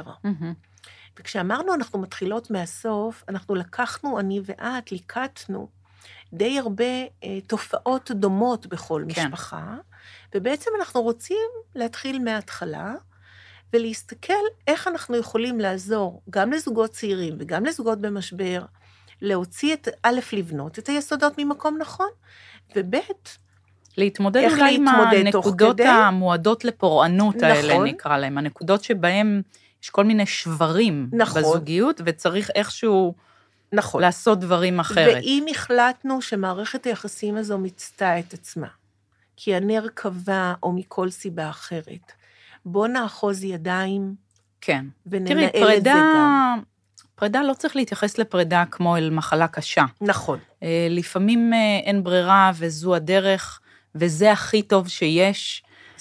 וכשאמרנו אנחנו מתחילות מהסוף, אנחנו לקחנו, אני ואת, ליקטנו די הרבה תופעות דומות בכל משפחה, ובעצם אנחנו רוצים להתחיל מההתחלה, ולהסתכל איך אנחנו יכולים לעזור גם לזוגות צעירים וגם לזוגות במשבר, להוציא לבנות את היסודות ממקום נכון, ובית, להתמודד אולי עם הנקודות המועדות לפורענות האלה, נקרא להם, הנקודות שבהם יש כל מיני שברים בזוגיות, וצריך איכשהו לעשות דברים אחרת. ואם החלטנו שמערכת היחסים הזו מצטעה את עצמה, כי הנר קבע או מכל סיבה אחרת, בוא נאחוז ידיים, כן. וננהל את זה גם. פרידה לא צריך להתייחס לפרידה כמו אל מחלה קשה. נכון. לפעמים אין ברירה, וזו הדרך, וזה הכי טוב שיש,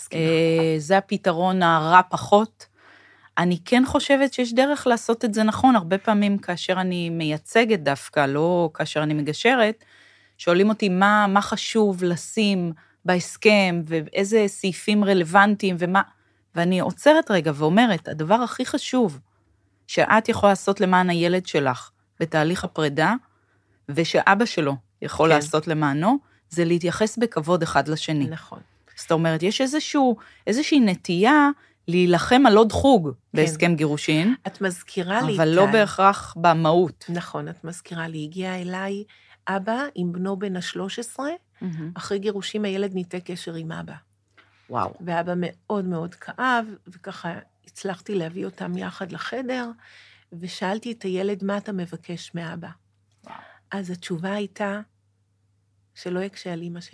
זה הפתרון הרע פחות. אני כן חושבת שיש דרך לעשות את זה נכון, הרבה פעמים כאשר אני מייצגת דווקא, לא כאשר אני מגשרת, שואלים אותי מה חשוב לשים בהסכם, ואיזה סעיפים רלוונטיים, ואני עוצרת רגע ואומרת, הדבר הכי חשוב שאת יכולה לעשות למען הילד שלך בתהליך הפרידה, ושאבא שלו יכול לעשות למענו, זה להתייחס בכבוד אחד לשני. נכון. זאת אומרת, יש איזושהי נטייה להילחם על עוד חוג בהסכם גירושין. את מזכירה לי, אבל לא בהכרח במהות. נכון, את מזכירה לי. הגיע אליי אבא עם בנו בן ה-13, אחרי גירושים הילד ניתק קשר עם אבא. וואו. ואבא מאוד מאוד כאב, וככה הצלחתי להביא אותם יחד לחדר, ושאלתי את הילד, מה אתה מבקש מאבא? וואו. אז התשובה הייתה, שלא יקשה על אמא שלי.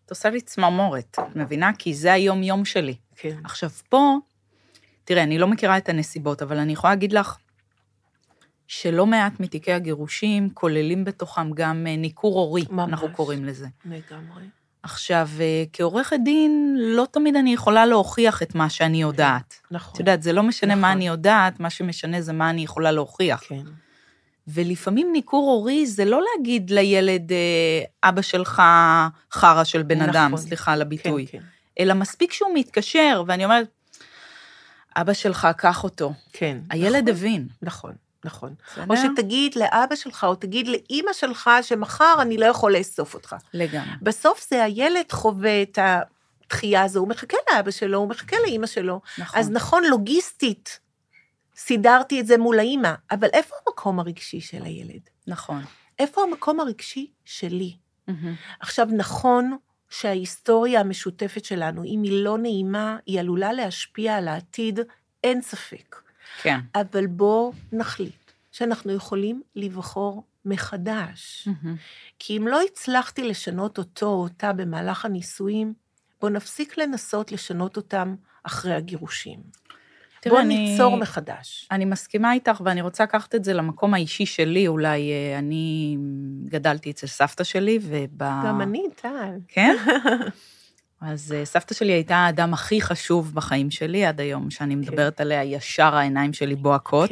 את עושה לי צמרמורת, את מבינה? כי זה היום-יום שלי. כן. עכשיו, פה, תראה, אני לא מכירה את הנסיבות, אבל אני יכולה להגיד לך, שלא מעט מתיקי הגירושים כוללים בתוכם גם ניכור הורי, ממש. אנחנו קוראים לזה. לגמרי. עכשיו, כעורכת דין, לא תמיד אני יכולה להוכיח את מה שאני יודעת. נכון. את יודעת, זה לא משנה נכון. מה אני יודעת, מה שמשנה זה מה אני יכולה להוכיח. כן. ולפעמים ניכור הורי זה לא להגיד לילד, אבא שלך חרא של בן אדם, נכון. סליחה על הביטוי. כן, כן. אלא מספיק שהוא מתקשר, ואני אומרת, אבא שלך, קח אותו. כן. הילד נכון. הבין. נכון. נכון. בסדר? או שתגיד לאבא שלך, או תגיד לאמא שלך, שמחר אני לא יכול לאסוף אותך. לגמרי. בסוף זה הילד חווה את התחייה הזו, הוא מחכה לאבא שלו, הוא מחכה לאמא שלו. נכון. אז נכון, לוגיסטית, סידרתי את זה מול האמא, אבל איפה המקום הרגשי של הילד? נכון. איפה המקום הרגשי שלי? עכשיו, נכון שההיסטוריה המשותפת שלנו, אם היא לא נעימה, היא עלולה להשפיע על העתיד, אין ספק. כן. אבל בוא נחליט שאנחנו יכולים לבחור מחדש. כי אם לא הצלחתי לשנות אותו או אותה במהלך הנישואים, בוא נפסיק לנסות לשנות אותם אחרי הגירושים. בוא ניצור מחדש. אני מסכימה איתך, ואני רוצה לקחת את זה למקום האישי שלי, אולי אני גדלתי אצל סבתא שלי, גם אני, טל. כן? אז סבתא שלי הייתה האדם הכי חשוב בחיים שלי, עד היום שאני מדברת עליה, ישר העיניים שלי בוהקות.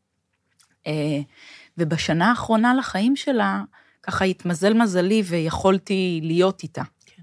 ובשנה האחרונה לחיים שלה, ככה התמזל מזלי ויכולתי להיות איתה.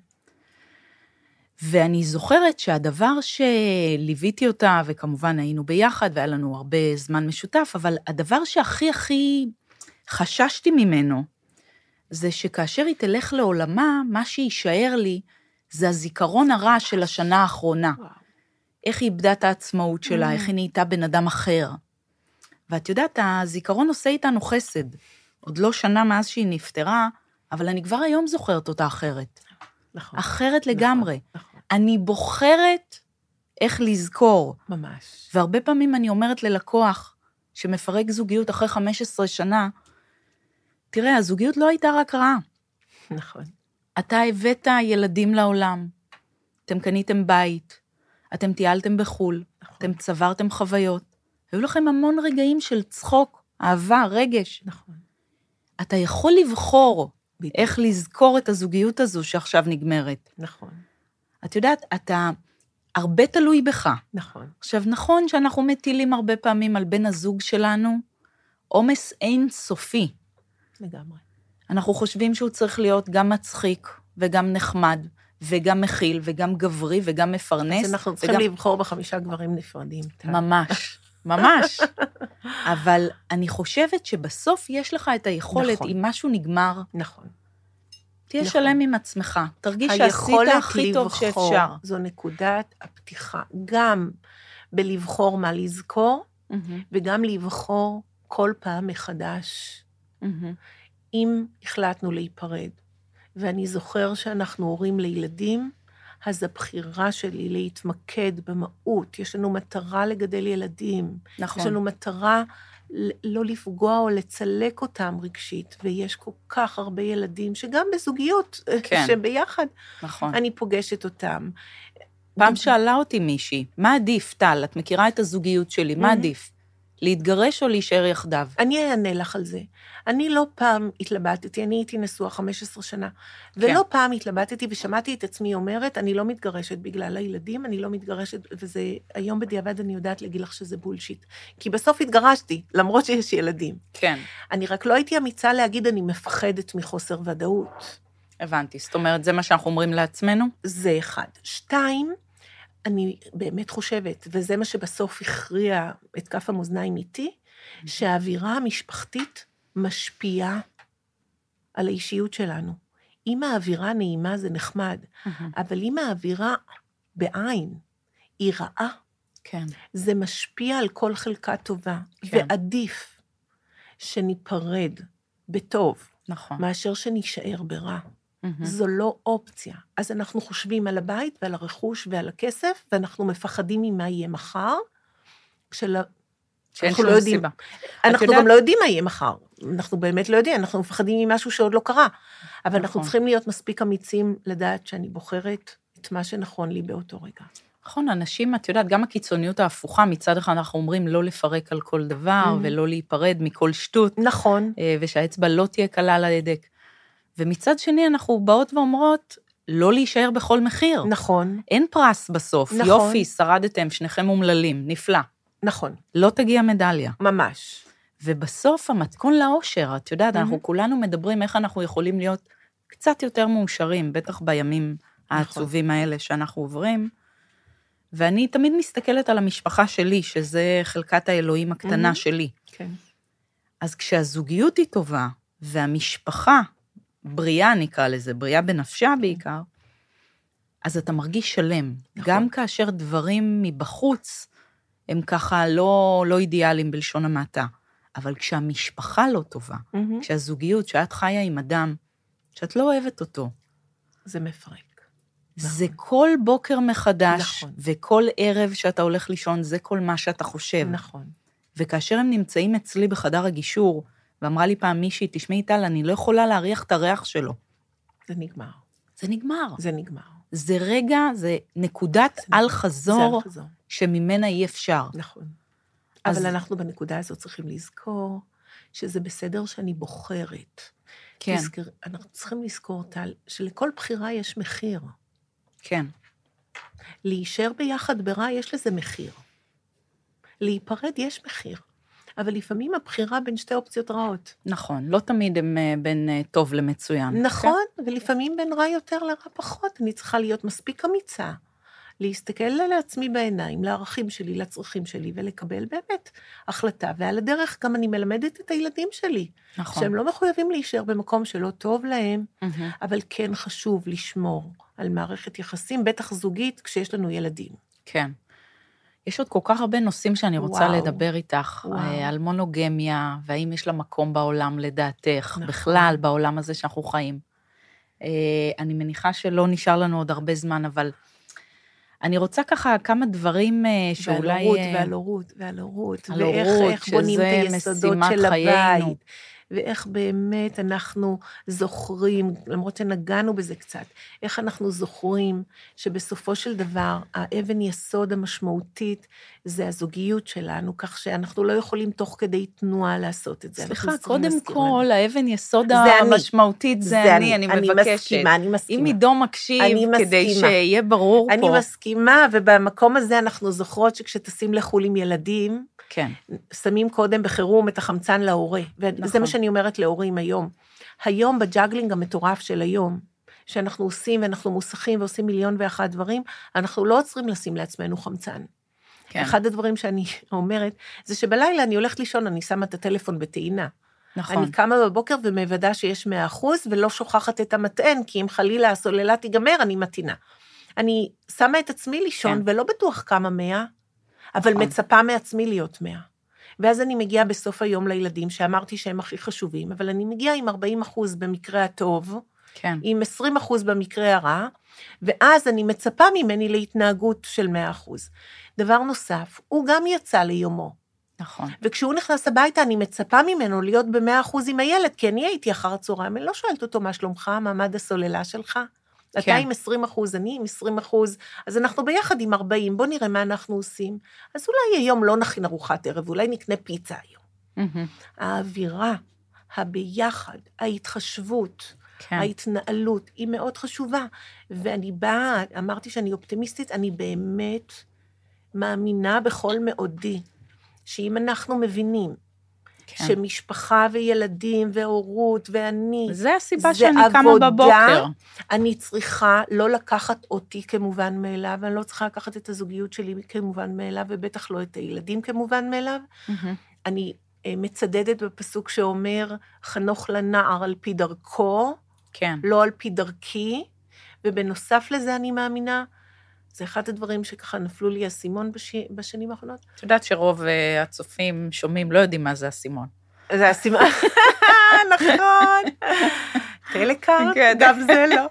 ואני זוכרת שהדבר שליוויתי אותה, וכמובן היינו ביחד, והיה לנו הרבה זמן משותף, אבל הדבר שהכי חששתי ממנו, זה שכאשר היא תלך לעולמה, מה שישאר לי, זה הזיכרון הרע של השנה האחרונה. איך היא איבדה את העצמאות שלה, איך היא נהייתה בן אדם אחר. ואת יודעת, הזיכרון עושה איתנו חסד. עוד לא שנה מאז שהיא נפטרה, אבל אני כבר היום זוכרת אותה אחרת. נכון. אחרת לגמרי. נכון. אני בוחרת איך לזכור. ממש. והרבה פעמים אני אומרת ללקוח, שמפרק זוגיות אחרי 15 שנה, תראה, הזוגיות לא הייתה רק רעה. נכון. אתה הבאת ילדים לעולם, אתם קניתם בית, אתם טיילתם בחול, נכון. אתם צברתם חוויות, היו לכם המון רגעים של צחוק, אהבה, רגש. נכון. אתה יכול לבחור בדיוק. איך לזכור את הזוגיות הזו שעכשיו נגמרת. נכון. את יודעת, אתה הרבה תלוי בך. נכון. עכשיו, נכון שאנחנו מטילים הרבה פעמים על בן הזוג שלנו, עומס אין סופי. לגמרי. אנחנו חושבים שהוא צריך להיות גם מצחיק, וגם נחמד, וגם מכיל, וגם גברי, וגם מפרנס. אז אנחנו צריכים לבחור ב5 גברים נפרדים. ממש, ממש. אבל אני חושבת שבסוף יש לך את היכולת, נכון. אם משהו נגמר, נכון. תהיה נכון. שלם עם עצמך. תרגיש שעשית הכי טוב שאפשר. זו נקודת הפתיחה. גם בלבחור מה לזכור, וגם לבחור כל פעם מחדש. אם החלטנו להיפרד, ואני זוכר שאנחנו הורים לילדים, אז הבחירה שלי להתמקד במהות, יש לנו מטרה לגדל ילדים, נכון. יש לנו מטרה לא לפגוע או לצלק אותם רגשית, ויש כל כך הרבה ילדים שגם בזוגיות, כן. שביחד, נכון. אני פוגשת אותם. פעם שאלה אותי מישהי, מה עדיף, טל? את מכירה את הזוגיות שלי, מה עדיף? להתגרש או להישאר יחדיו? אני אענה לך על זה. אני לא פעם התלבטתי, אני הייתי נשואה 15 שנה, ולא פעם התלבטתי ושמעתי את עצמי אומרת, אני לא מתגרשת בגלל הילדים, אני לא מתגרשת, וזה, היום בדיעבד אני יודעת להגיד לך שזה בולשיט. כי בסוף התגרשתי, למרות שיש ילדים. כן. אני רק לא הייתי אמיצה להגיד, אני מפחדת מחוסר ודאות. הבנתי, זאת אומרת, זה מה שאנחנו אומרים לעצמנו? זה אחד. 2, אני באמת חושבת, וזה מה שבסוף הכריע את כף המאזניים איתי, שהאווירה המשפחתית משפיעה על האישיות שלנו. אם האווירה נעימה זה נחמד, אבל אם האווירה בעין היא רעה, כן. זה משפיע על כל חלקה טובה, כן. ועדיף שניפרד בטוב, נכון. מאשר שנישאר ברע. זו לא אופציה. אז אנחנו חושבים על הבית ועל הרכוש ועל הכסף, ואנחנו מפחדים ממה יהיה מחר, שאין שום סיבה. אנחנו גם לא יודעים מה יהיה מחר. אנחנו באמת לא יודעים, אנחנו מפחדים ממשהו שעוד לא קרה. אבל אנחנו צריכים להיות מספיק אמיצים לדעת שאני בוחרת את מה שנכון לי באותו רגע. נכון, אנשים, את יודעת, גם הקיצוניות ההפוכה, מצד אחד אנחנו אומרים לא לפרק על כל דבר, ולא להיפרד מכל שטות. נכון. ושהאצבע לא תהיה קלה על ההדק. ומצד שני אנחנו באות ואומרות, לא להישאר בכל מחיר. נכון. אין פרס בסוף. נכון. יופי, שרדתם, שניכם אומללים, נפלא. נכון. לא תגיע מדליה. ממש. ובסוף המתכון לאושר, את יודעת, אנחנו כולנו מדברים איך אנחנו יכולים להיות קצת יותר מאושרים, בטח בימים העצובים האלה שאנחנו עוברים. ואני תמיד מסתכלת על המשפחה שלי, שזה חלקת האלוהים הקטנה שלי. כן. אז כשהזוגיות היא טובה, והמשפחה, בריאה נקרא לזה, בריאה בנפשה בעיקר, אז אתה מרגיש שלם. נכון. גם כאשר דברים מבחוץ, הם ככה לא אידיאליים בלשון המעטה. אבל כשהמשפחה לא טובה, כשהזוגיות, שאת חיה עם אדם, שאת לא אוהבת אותו. זה מפרק. זה כל בוקר מחדש, נכון. וכל ערב שאתה הולך לישון, זה כל מה שאתה חושב. נכון. וכאשר הם נמצאים אצלי בחדר הגישור, ואמרה לי פעם מישהי, תשמעי טל, אני לא יכולה להריח את הריח שלו. זה נגמר. זה נגמר. זה נגמר. זה רגע, זה נקודת על חזור, שממנה אי אפשר. נכון. אבל אנחנו בנקודה הזאת צריכים לזכור, שזה בסדר שאני בוחרת. כן. אנחנו צריכים לזכור, טל, שלכל בחירה יש מחיר. כן. להישאר ביחד ברע יש לזה מחיר. להיפרד יש מחיר. אבל לפעמים הבחירה בין שתי אופציות רעות. נכון, לא תמיד הם בין טוב למצוין. נכון, ולפעמים בין רע יותר לרע פחות. אני צריכה להיות מספיק אמיצה, להסתכל לעצמי בעיניים, לערכים שלי, לצרכים שלי, ולקבל באמת החלטה. ועל הדרך גם אני מלמדת את הילדים שלי, נכון. שהם לא מחויבים להישאר במקום שלא טוב להם, אבל כן חשוב לשמור על מערכת יחסים, בטח זוגית, כשיש לנו ילדים. כן. יש עוד כל כך הרבה נושאים שאני רוצה לדבר איתך, על מונוגמיה, והאם יש לה מקום בעולם לדעתך, בכלל בעולם הזה שאנחנו חיים. אני מניחה שלא נשאר לנו עוד הרבה זמן, אבל אני רוצה ככה כמה דברים שאולי... ועל הורות, ואיך בונים את היסודות של הבית, ואיך באמת אנחנו זוכרים, למרות שנגענו בזה קצת, איך אנחנו זוכרים שבסופו של דבר, האבן יסוד המשמעותית, זה הזוגיות שלנו, כך שאנחנו לא יכולים תוך כדי תנועה לעשות את זה. סליחה, קודם כל, האבן יסוד המשמעותית זה אני מבקשת. אני מסכימה. אם עידו מקשיב, כדי שיהיה ברור פה. אני מסכימה, ובמקום הזה אנחנו זוכרות שכשטסים לחול עם ילדים, כן. שמים קודם בחירום את החמצן להורה, וזה מה שאני אומרת להורים היום. היום בג'אגלינג המטורף של היום, שאנחנו עושים ואנחנו מוסכים ועושים 1,001,000 דברים, אנחנו לא עוצרים לשים לעצמנו חמצן. כן. אחד הדברים שאני אומרת, זה שבלילה אני הולכת לישון, אני שמה את הטלפון בטעינה. נכון. אני קמה בבוקר ומוודא שיש 100%, ולא שוכחת את המטען, כי אם חלילה הסוללה תיגמר, אני מתינה. אני שמה את עצמי לישון, כן. ולא בטוח כמה 100, אבל מצפה מעצמי להיות 100. ואז אני מגיעה בסוף היום לילדים, שאמרתי שהם הכי חשובים, אבל אני מגיעה עם 40% במקרה הטוב, כן. עם 20% במקרה הרע, ואז אני מצפה ממני להתנהגות של 100%. דבר נוסף, הוא גם יצא ליומו. נכון. וכשהוא נכנס הביתה, אני מצפה ממנו להיות ב100% עם הילד, כי אני הייתי אחר הצהריים, אני לא שואלת אותו מה שלומך, מעמד הסוללה שלך, אתה עם 20%, אני עם 20%, אז אנחנו ביחד עם 40, בוא נראה מה אנחנו עושים. אז אולי היום לא נכין ארוחת ערב, אולי נקנה פיצה היום. האווירה, הביחד, ההתחשבות, ההתנהלות, היא מאוד חשובה. ואני באה, אמרתי שאני אופטימיסטית, אני באמת מאמינה בכל מאודי, שאם אנחנו מבינים, שמשפחה וילדים והורות ואני, זה הסיבה שאני קמה בבוקר. אני צריכה לא לקחת אותי כמובן מאליו, ואני לא צריכה לקחת את הזוגיות שלי כמובן מאליו, ובטח לא את הילדים כמובן מאליו. אני מצדדת בפסוק שאומר, חנוך לנער על פי דרכו, לא על פי דרכי, ובנוסף לזה אני מאמינה, זה אחד הדברים שככה נפלו לי הסימון בשנים האחרונות. את יודעת שרוב הצופים שומעים, לא יודעים מה זה הסימון. זה הסימון, נכון. טלקארט, גם זה לא.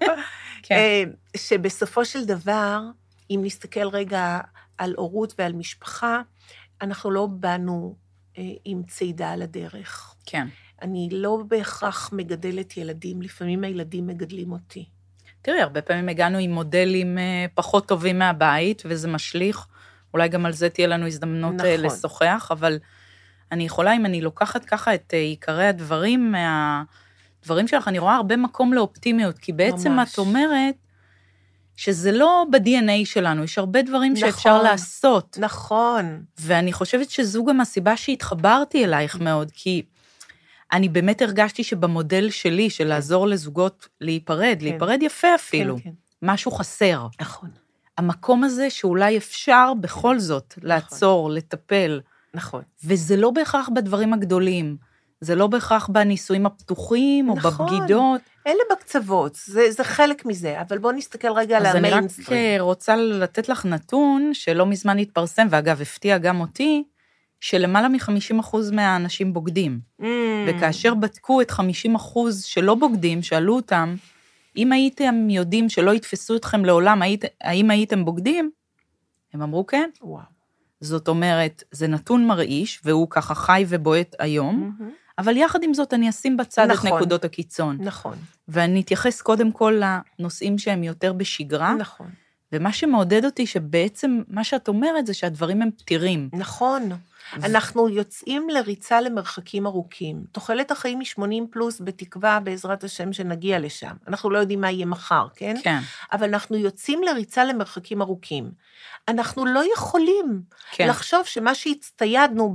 שבסופו של דבר, אם נסתכל רגע על הורות ועל משפחה, אנחנו לא באנו עם צידה על הדרך. כן. אני לא בהכרח מגדלת ילדים, לפעמים הילדים מגדלים אותי. תראי, הרבה פעמים הגענו עם מודלים פחות טובים מהבית, וזה משליך, אולי גם על זה תהיה לנו הזדמנות לשוחח, אבל אני יכולה, אם אני לוקחת ככה את עיקרי הדברים, מהדברים שלך, אני רואה הרבה מקום לאופטימיות, כי בעצם ממש. את אומרת, שזה לא ב-DNA שלנו, יש הרבה דברים נכון, שאפשר לעשות. נכון. ואני חושבת שזו גם הסיבה שהתחברתי אלייך מאוד, כי אני באמת הרגשתי שבמודל שלי, של לעזור לזוגות להיפרד, כן. להיפרד יפה אפילו, כן, כן. משהו חסר. נכון. המקום הזה שאולי אפשר בכל זאת נכון. לעצור, לטפל. נכון. וזה לא בהכרח בדברים הגדולים, זה לא בהכרח בניסויים הפתוחים, או נכון. בבגידות. אלה בקצוות, זה חלק מזה, אבל בואו נסתכל רגע על המיינסטרים. אז אני רק רוצה לתת לך נתון, שלא מזמן התפרסם, ואגב, הפתיע גם אותי, שלמעלה מ-50% מהאנשים בוגדים. וכאשר בדקו את 50% שלא בוגדים, שאלו אותם, אם הייתם יודעים שלא יתפסו אתכם לעולם, האם הייתם בוגדים? הם אמרו כן. וואו. זאת אומרת, זה נתון מרעיש, והוא ככה חי ובועט היום, אבל יחד עם זאת אני אשים בצד נכון, את נקודות הקיצון. נכון. ואני אתייחס קודם כל לנושאים שהם יותר בשגרה. נכון. ומה שמעודד אותי שבעצם מה שאת אומרת זה שהדברים הם פתירים. נכון. אנחנו יוצאים לריצה למרחקים ארוכים. תוחלת החיים מ-80 פלוס בתקווה בעזרת השם שנגיע לשם. אנחנו לא יודעים מה יהיה מחר, כן? כן. אבל אנחנו יוצאים לריצה למרחקים ארוכים. אנחנו לא יכולים כן. לחשוב שמה שהצטיידנו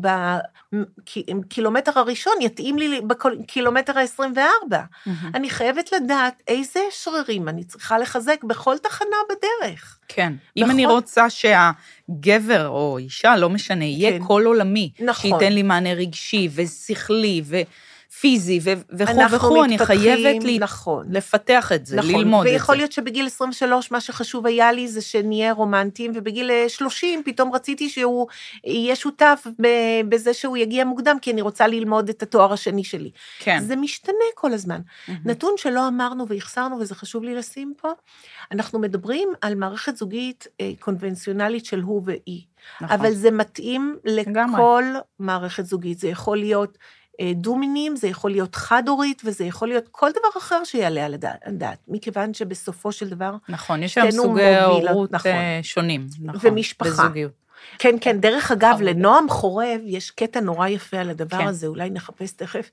בקילומטר הראשון יתאים לי בקילומטר ה-24. אני חייבת לדעת איזה שרירים אני צריכה לחזק בכל תחנה בדרך. כן. אם אני רוצה שהגבר או אישה, לא משנה, יהיה כל עולמי, שייתן לי מענה רגשי ושכלי ופיזי וכו', אני חייבת לפתח את זה, ללמוד את זה. ויכול להיות שבגיל 23 מה שחשוב היה לי זה שנהיה רומנטיים, ובגיל 30 פתאום רציתי שהוא יהיה שותף בזה שהוא יגיע מוקדם, כי אני רוצה ללמוד את התואר השני שלי. כן. זה משתנה כל הזמן. נתון שלא אמרנו והחסרנו, וזה חשוב לי לשים פה, אנחנו מדברים על מערכת זוגית קונבנציונלית של הוא ואי. נכון. אבל זה מתאים לכל מערכת זוגית. זה יכול להיות דומינים, זה יכול להיות חד-הורית, וזה יכול להיות כל דבר אחר שיעלה על הדעת, מכיוון שבסופו של דבר, נכון, יש שם סוגי הורות נכון. שונים, נכון, ומשפחה. בזוגיות. כן, כן, דרך אגב, לנועם חורב, יש קטע נורא יפה על הדבר כן. הזה, אולי נחפש תכף,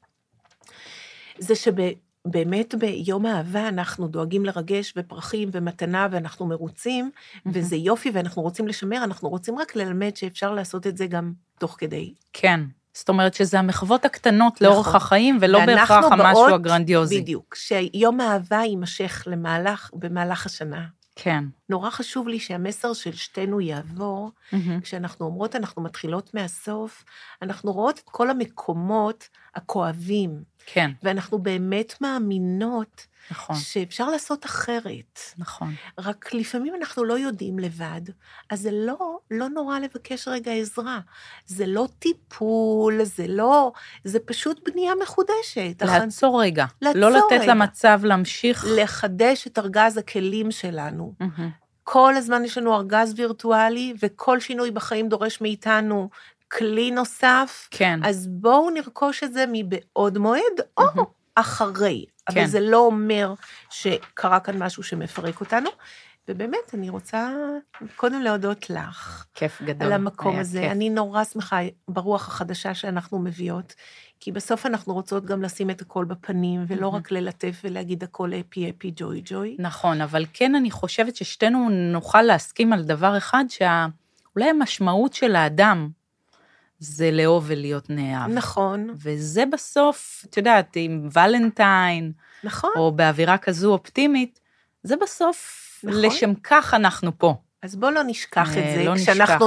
זה באמת ביום האהבה אנחנו דואגים לרגש ופרחים ומתנה, ואנחנו מרוצים, וזה יופי, ואנחנו רוצים לשמר, אנחנו רוצים רק ללמד שאפשר לעשות את זה גם תוך כדי. כן. זאת אומרת שזה המחוות הקטנות לאורך החיים, ולא בהכרח המשהו הגרנדיוזי. בדיוק, שיום האהבה יימשך במהלך השנה. כן. נורא חשוב לי שהמסר של שתינו יעבור, כשאנחנו אומרות, אנחנו מתחילות מהסוף, אנחנו רואות את כל המקומות הכואבים, כן. ואנחנו באמת מאמינות, נכון. שאפשר לעשות אחרת. נכון. רק לפעמים אנחנו לא יודעים לבד, אז זה לא נורא לבקש רגע עזרה. זה לא טיפול, זה פשוט בנייה מחודשת. לעצור רגע. לא לתת למצב להמשיך. לחדש את ארגז הכלים שלנו. כל הזמן יש לנו ארגז וירטואלי, וכל שינוי בחיים דורש מאיתנו כלי נוסף. כן. אז בואו נרכוש את זה מבעוד מועד, או אחרי. אבל זה לא אומר שקרה כאן משהו שמפרק אותנו, ובאמת אני רוצה קודם להודות לך. כיף גדול. על המקום הזה. כיף. אני נורא שמחה ברוח החדשה שאנחנו מביאות, כי בסוף אנחנו רוצות גם לשים את הכל בפנים, ולא רק ללטף ולהגיד הכל אפי אפי ג'וי ג'וי. נכון, אבל כן אני חושבת ששתינו נוכל להסכים על דבר אחד, שאולי המשמעות של האדם, זה לאהוב ולהיות נאהב. נכון. וזה בסוף, את יודעת, עם ולנטיין, נכון. או באווירה כזו אופטימית, זה בסוף, נכון. לשם כך אנחנו פה. אז בוא לא נשכח את זה, לא כשאנחנו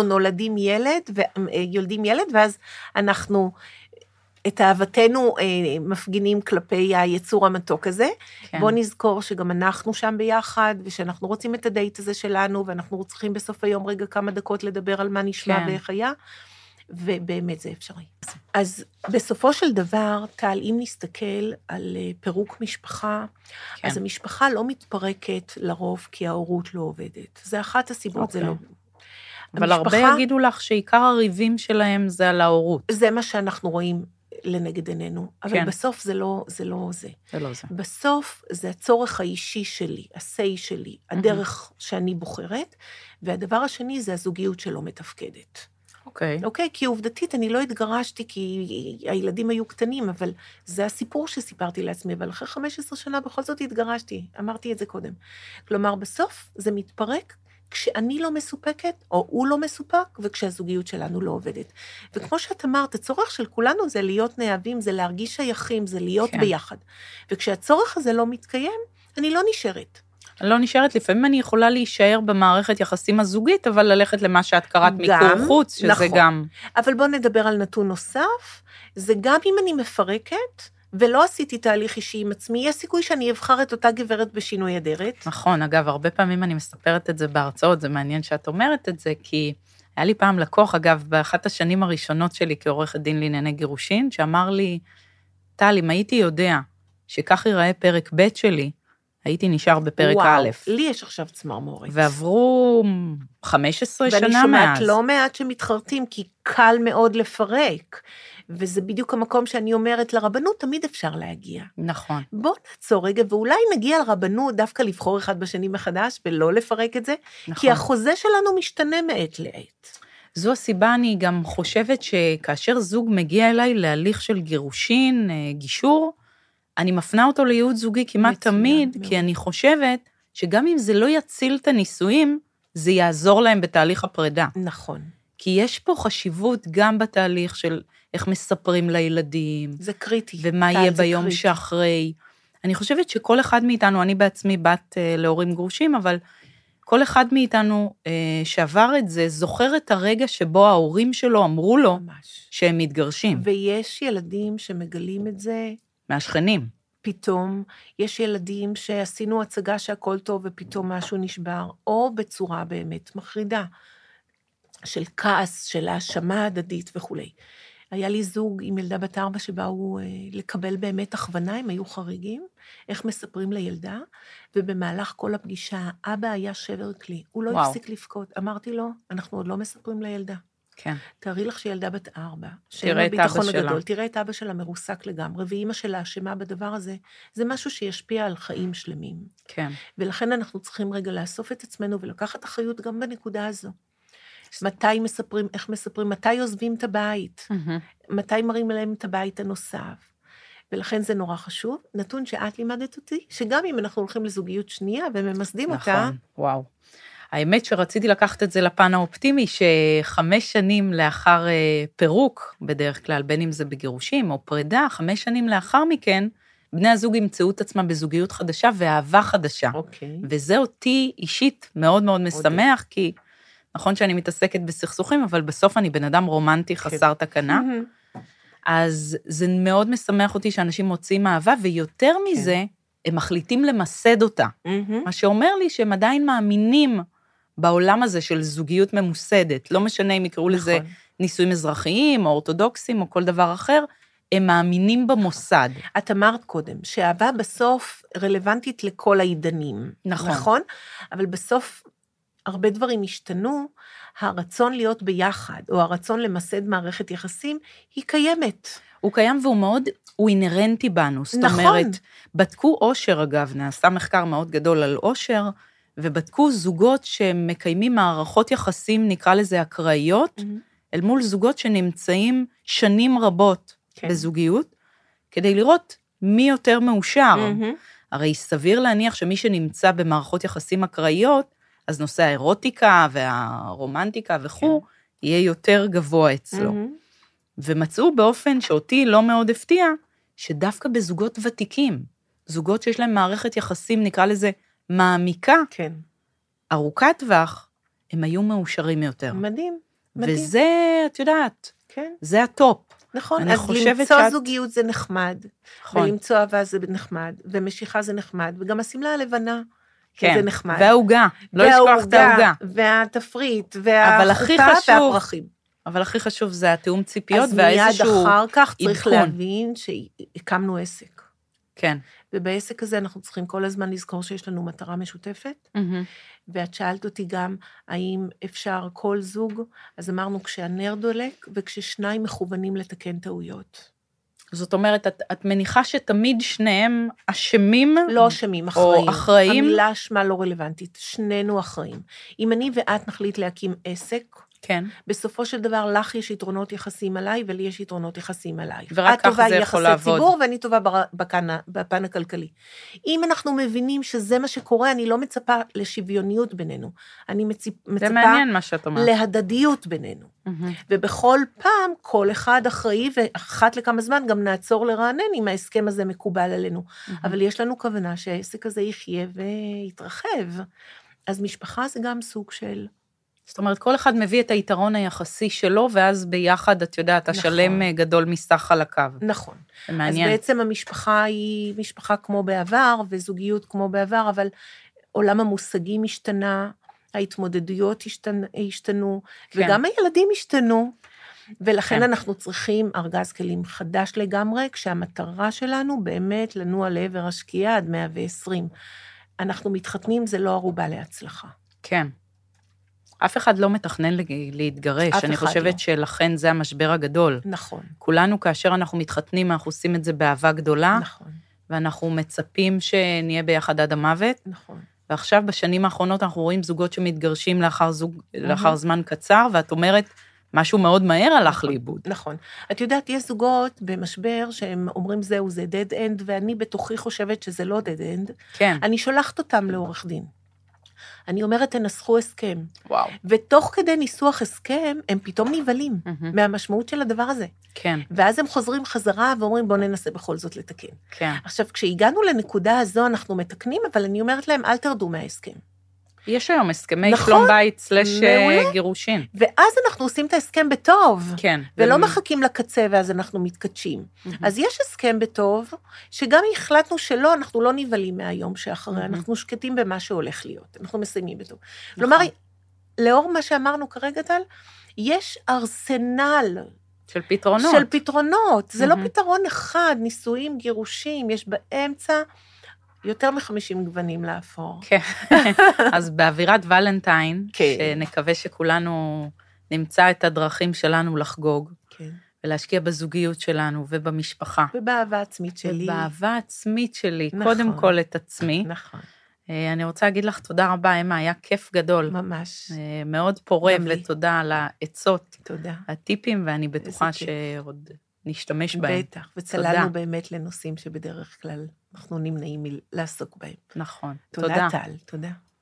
יולדים ילד, ואז אנחנו, את אהבתנו מפגינים כלפי היצור המתוק הזה, כן. בוא נזכור שגם אנחנו שם ביחד, ושאנחנו רוצים את הדייט הזה שלנו, ואנחנו צריכים בסוף היום רגע כמה דקות לדבר על מה נשמע כן. ואיך היה, ובאמת זה אפשרי. אז בסופו של דבר, טל, אם נסתכל על פירוק משפחה, כן. אז המשפחה לא מתפרקת לרוב, כי ההורות לא עובדת. זה אחת הסיבות, זה לא... אבל הרבה יגידו לך שעיקר הריבים שלהם זה על ההורות. זה מה שאנחנו רואים לנגד עינינו, אבל בסוף זה לא זה. בסוף זה הצורך האישי שלי, הסי שלי, הדרך שאני בוחרת, והדבר השני זה הזוגיות שלא מתפקדת. אוקיי? כי עובדתית אני לא התגרשתי, כי הילדים היו קטנים, אבל זה הסיפור שסיפרתי לעצמי, אבל אחרי 15 שנה בכל זאת התגרשתי, אמרתי את זה קודם. כלומר, בסוף זה מתפרק, כשאני לא מסופקת, או הוא לא מסופק, וכשהזוגיות שלנו לא עובדת. וכמו שאת אמרת, הצורך של כולנו זה להיות נאהבים, זה להרגיש שייכים, זה להיות ביחד. וכשהצורך הזה לא מתקיים, אני לא נשארת. אני לא נשארת, לפעמים אני יכולה להישאר במערכת יחסים הזוגית, אבל ללכת למה שאת קראת מיקור חוץ, שזה נכון. גם... אבל בוא נדבר על נתון נוסף, זה גם אם אני מפרקת, ולא עשיתי תהליך אישי עם עצמי, יש סיכוי שאני אבחר את אותה גברת בשינוי אדרת. נכון, אגב, הרבה פעמים אני מספרת את זה בהרצאות, זה מעניין שאת אומרת את זה, כי היה לי פעם לקוח, אגב, באחת השנים הראשונות שלי כעורכת דין לענייני גירושין, שאמר לי, טל, אם הייתי יודע שכך ייראה פרק ב' שלי, הייתי נשאר בפרק א'. לי יש עכשיו צמרמורת. ועברו 15 שנה מאז. ואני שומעת לא מעט שמתחרטים, כי קל מאוד לפרק. וזה בדיוק המקום שאני אומרת, לרבנות תמיד אפשר להגיע. נכון. בוא נעצור רגע, ואולי נגיע לרבנות דווקא לבחור אחד בשני מחדש, ולא לפרק את זה, נכון. כי החוזה שלנו משתנה מעת לעת. זו הסיבה, אני גם חושבת שכאשר זוג מגיע אליי להליך של גירושין, גישור, אני מפנה אותו לייעוץ זוגי כמעט תמיד, כי אני חושבת שגם אם זה לא יציל את הנישואים, זה יעזור להם בתהליך הפרידה. נכון. כי יש פה חשיבות גם בתהליך של איך מספרים לילדים. זה קריטי. ומה יהיה ביום קריטי. שאחרי. אני חושבת שכל אחד מאיתנו, אני בעצמי בת להורים גרושים, אבל כל אחד מאיתנו שעבר את זה, זוכר את הרגע שבו ההורים שלו אמרו לו ממש. שהם מתגרשים. ויש ילדים שמגלים את זה. מהשכנים. פתאום יש ילדים שעשינו הצגה שהכל טוב ופתאום משהו נשבר, או בצורה באמת מחרידה, של כעס, של האשמה הדדית וכו'. היה לי זוג עם ילדה בת 4 שבאו לקבל באמת הכוונה, הם היו חריגים, איך מספרים לילדה, ובמהלך כל הפגישה, אבא היה שבר כלי, הוא לא הפסיק לבכות, אמרתי לו, אנחנו עוד לא מספרים לילדה. כן. תראי לך שילדה בת 4, תראה את אבא שלה. תראה את אבא שלה מרוסק לגמרי, ואמא שלה אשמה בדבר הזה, זה משהו שישפיע על חיים שלמים. כן. ולכן אנחנו צריכים רגע לאסוף את עצמנו, ולקחת אחריות גם בנקודה הזו. מתי מספרים, איך מספרים, מתי עוזבים את הבית, מתי מראים להם את הבית הנוסף. ולכן זה נורא חשוב. נתון שאת לימדת אותי, שגם אם אנחנו הולכים לזוגיות שנייה, וממסדים אותה. נכון, וואו. האמת שרציתי לקחת את זה לפן האופטימי, ש5 שנים לאחר פירוק, בדרך כלל, בין אם זה בגירושים או פרידה, 5 שנים לאחר מכן, בני הזוג ימצאו את עצמם בזוגיות חדשה ואהבה חדשה. אוקיי. וזה אותי אישית מאוד מאוד משמח, כי נכון שאני מתעסקת בסכסוכים, אבל בסוף אני בן אדם רומנטי חסר תקנה, אז זה מאוד משמח אותי שאנשים מוצאים אהבה, ויותר מזה, הם מחליטים למסד אותה. מה שאומר לי שהם עדיין מאמינים בעולם הזה של זוגיות ממוסדת, לא משנה אם יקראו לזה נישואים אזרחיים, או אורתודוקסים, או כל דבר אחר, הם מאמינים במוסד. את אמרת קודם, שאהבה בסוף רלוונטית לכל העידנים. נכון? אבל בסוף הרבה דברים השתנו, הרצון להיות ביחד, או הרצון למסד מערכת יחסים, היא קיימת. הוא קיים והוא מאוד, הוא אינרנטי בנו. זאת אומרת, בדקו אושר אגב, נעשה מחקר מאוד גדול על אושר, ובדקו זוגות שמקיימים מערכות יחסים, נקרא לזה אקראיות, אל מול זוגות שנמצאים שנים רבות בזוגיות, כדי לראות מי יותר מאושר. הרי סביר להניח שמי שנמצא במערכות יחסים אקראיות, אז נושא האירוטיקה והרומנטיקה וכו', יהיה יותר גבוה אצלו. ומצאו באופן שאותי לא מאוד הפתיע, שדווקא בזוגות ותיקים, זוגות שיש להם מערכת יחסים, נקרא לזה מעמיקה, ארוכת טווח, הם היו מאושרים יותר. מדהים. וזה, את יודעת, זה הטופ. נכון, אז למצוא זוגיות זה נחמד, ולמצוא אהבה זה נחמד, ומשיכה זה נחמד, וגם הסמלה הלבנה, זה נחמד. וההוגה, לא לשכוח את ההוגה. והתפריט, והחופה והפרחים. אבל הכי חשוב זה התיאום ציפיות, אז מיד אחר כך צריך להבין שהקמנו עסק. כן. ובעסק הזה אנחנו צריכים כל הזמן לזכור שיש לנו מטרה משותפת, ואת שאלת אותי גם, האם אפשר כל זוג, אז אמרנו כשהנר דולק, וכששניים מכוונים לתקן טעויות. זאת אומרת, את מניחה שתמיד שניהם אשמים? לא אשמים, אחראים. או אחראים? המילה אשמה לא רלוונטית, שנינו אחראים. אם אני ואת נחליט להקים עסק, כן. בסופו של דבר, לך יש יתרונות יחסים עליי, ולי יש יתרונות יחסים עליי. ורק כך זה יכול לעבוד. את טובה יחסי ציבור, ואני טובה בפן הכלכלי. אם אנחנו מבינים שזה מה שקורה, אני לא מצפה לשוויוניות בינינו. אני מצפה להדדיות בינינו. ובכל פעם, כל אחד אחראי, ואחת לכמה זמן גם נעצור לרענן, אם ההסכם הזה מקובל עלינו. אבל יש לנו כוונה שהעסק הזה יחיה ויתרחב. אז משפחה זה גם סוג של... זאת אומרת, כל אחד מביא את היתרון היחסי שלו, ואז ביחד, את יודעת, השלם גדול מסך חלקיו. נכון. זה מעניין. אז בעצם המשפחה היא משפחה כמו בעבר, וזוגיות כמו בעבר, אבל עולם המושגים השתנה, ההתמודדויות השתנו, כן. וגם הילדים השתנו, ולכן כן. אנחנו צריכים ארגז כלים חדש לגמרי, כשהמטרה שלנו באמת לנוע לעבר השקיעה עד 120. אנחנו מתחתנים, זה לא ערובה להצלחה. כן. אף אחד לא מתכנן להתגרש, אני חושבת לא. שלכן זה המשבר הגדול. נכון. כולנו כאשר אנחנו מתחתנים, אנחנו עושים את זה באהבה גדולה, נכון. ואנחנו מצפים שנהיה ביחד עד המוות. נכון. ועכשיו בשנים האחרונות אנחנו רואים זוגות שמתגרשים לאחר זמן קצר, ואת אומרת, משהו מאוד מהר הלך לאיבוד. נכון. את יודעת, יש זוגות במשבר שהם אומרים זהו, זה dead end, ואני בתוכי חושבת שזה לא dead end. כן. אני שולחת אותם לעורך דין. אני אומרת, תנסחו הסכם. וואו. ותוך כדי ניסוח הסכם, הם פתאום נבלים מהמשמעות של הדבר הזה. כן. ואז הם חוזרים חזרה ואומרים, בוא ננסה בכל זאת לתקן. כן. עכשיו, כשהגענו לנקודה הזו, אנחנו מתקנים, אבל אני אומרת להם, אל תרדו מההסכם. יש היום הסכמי שלום בית סלש גירושין. ואז אנחנו עושים את ההסכם בטוב. כן. ולא מחכים לקצה, ואז אנחנו מתקדשים. אז יש הסכם בטוב, שגם החלטנו שלא, אנחנו לא נבלים מהיום שאחרי, אנחנו שקטים במה שהולך להיות. אנחנו מסיימים בטוב. כלומר, לאור מה שאמרנו כרגע, טל, יש ארסנל של פתרונות. של פתרונות. זה לא פתרון אחד, נישואים, גירושים, יש באמצע יותר מ-50 גוונים לאפור. כן. אז באווירת ולנטיין, שנקווה שכולנו נמצא את הדרכים שלנו לחגוג, ולהשקיע בזוגיות שלנו ובמשפחה. ובאהבה עצמית שלי. ובאהבה עצמית שלי, קודם כל את עצמי. נכון. אני רוצה להגיד לך תודה רבה, אמה, היה כיף גדול. ממש. מאוד פורה, ותודה על העצות. תודה. הטיפים, ואני בטוחה שעוד נשתמש בהם. בטח, וצללנו באמת לנושאים שבדרך כלל אנחנו נמנעים לעסוק בהם. נכון. תודה, טל. תודה.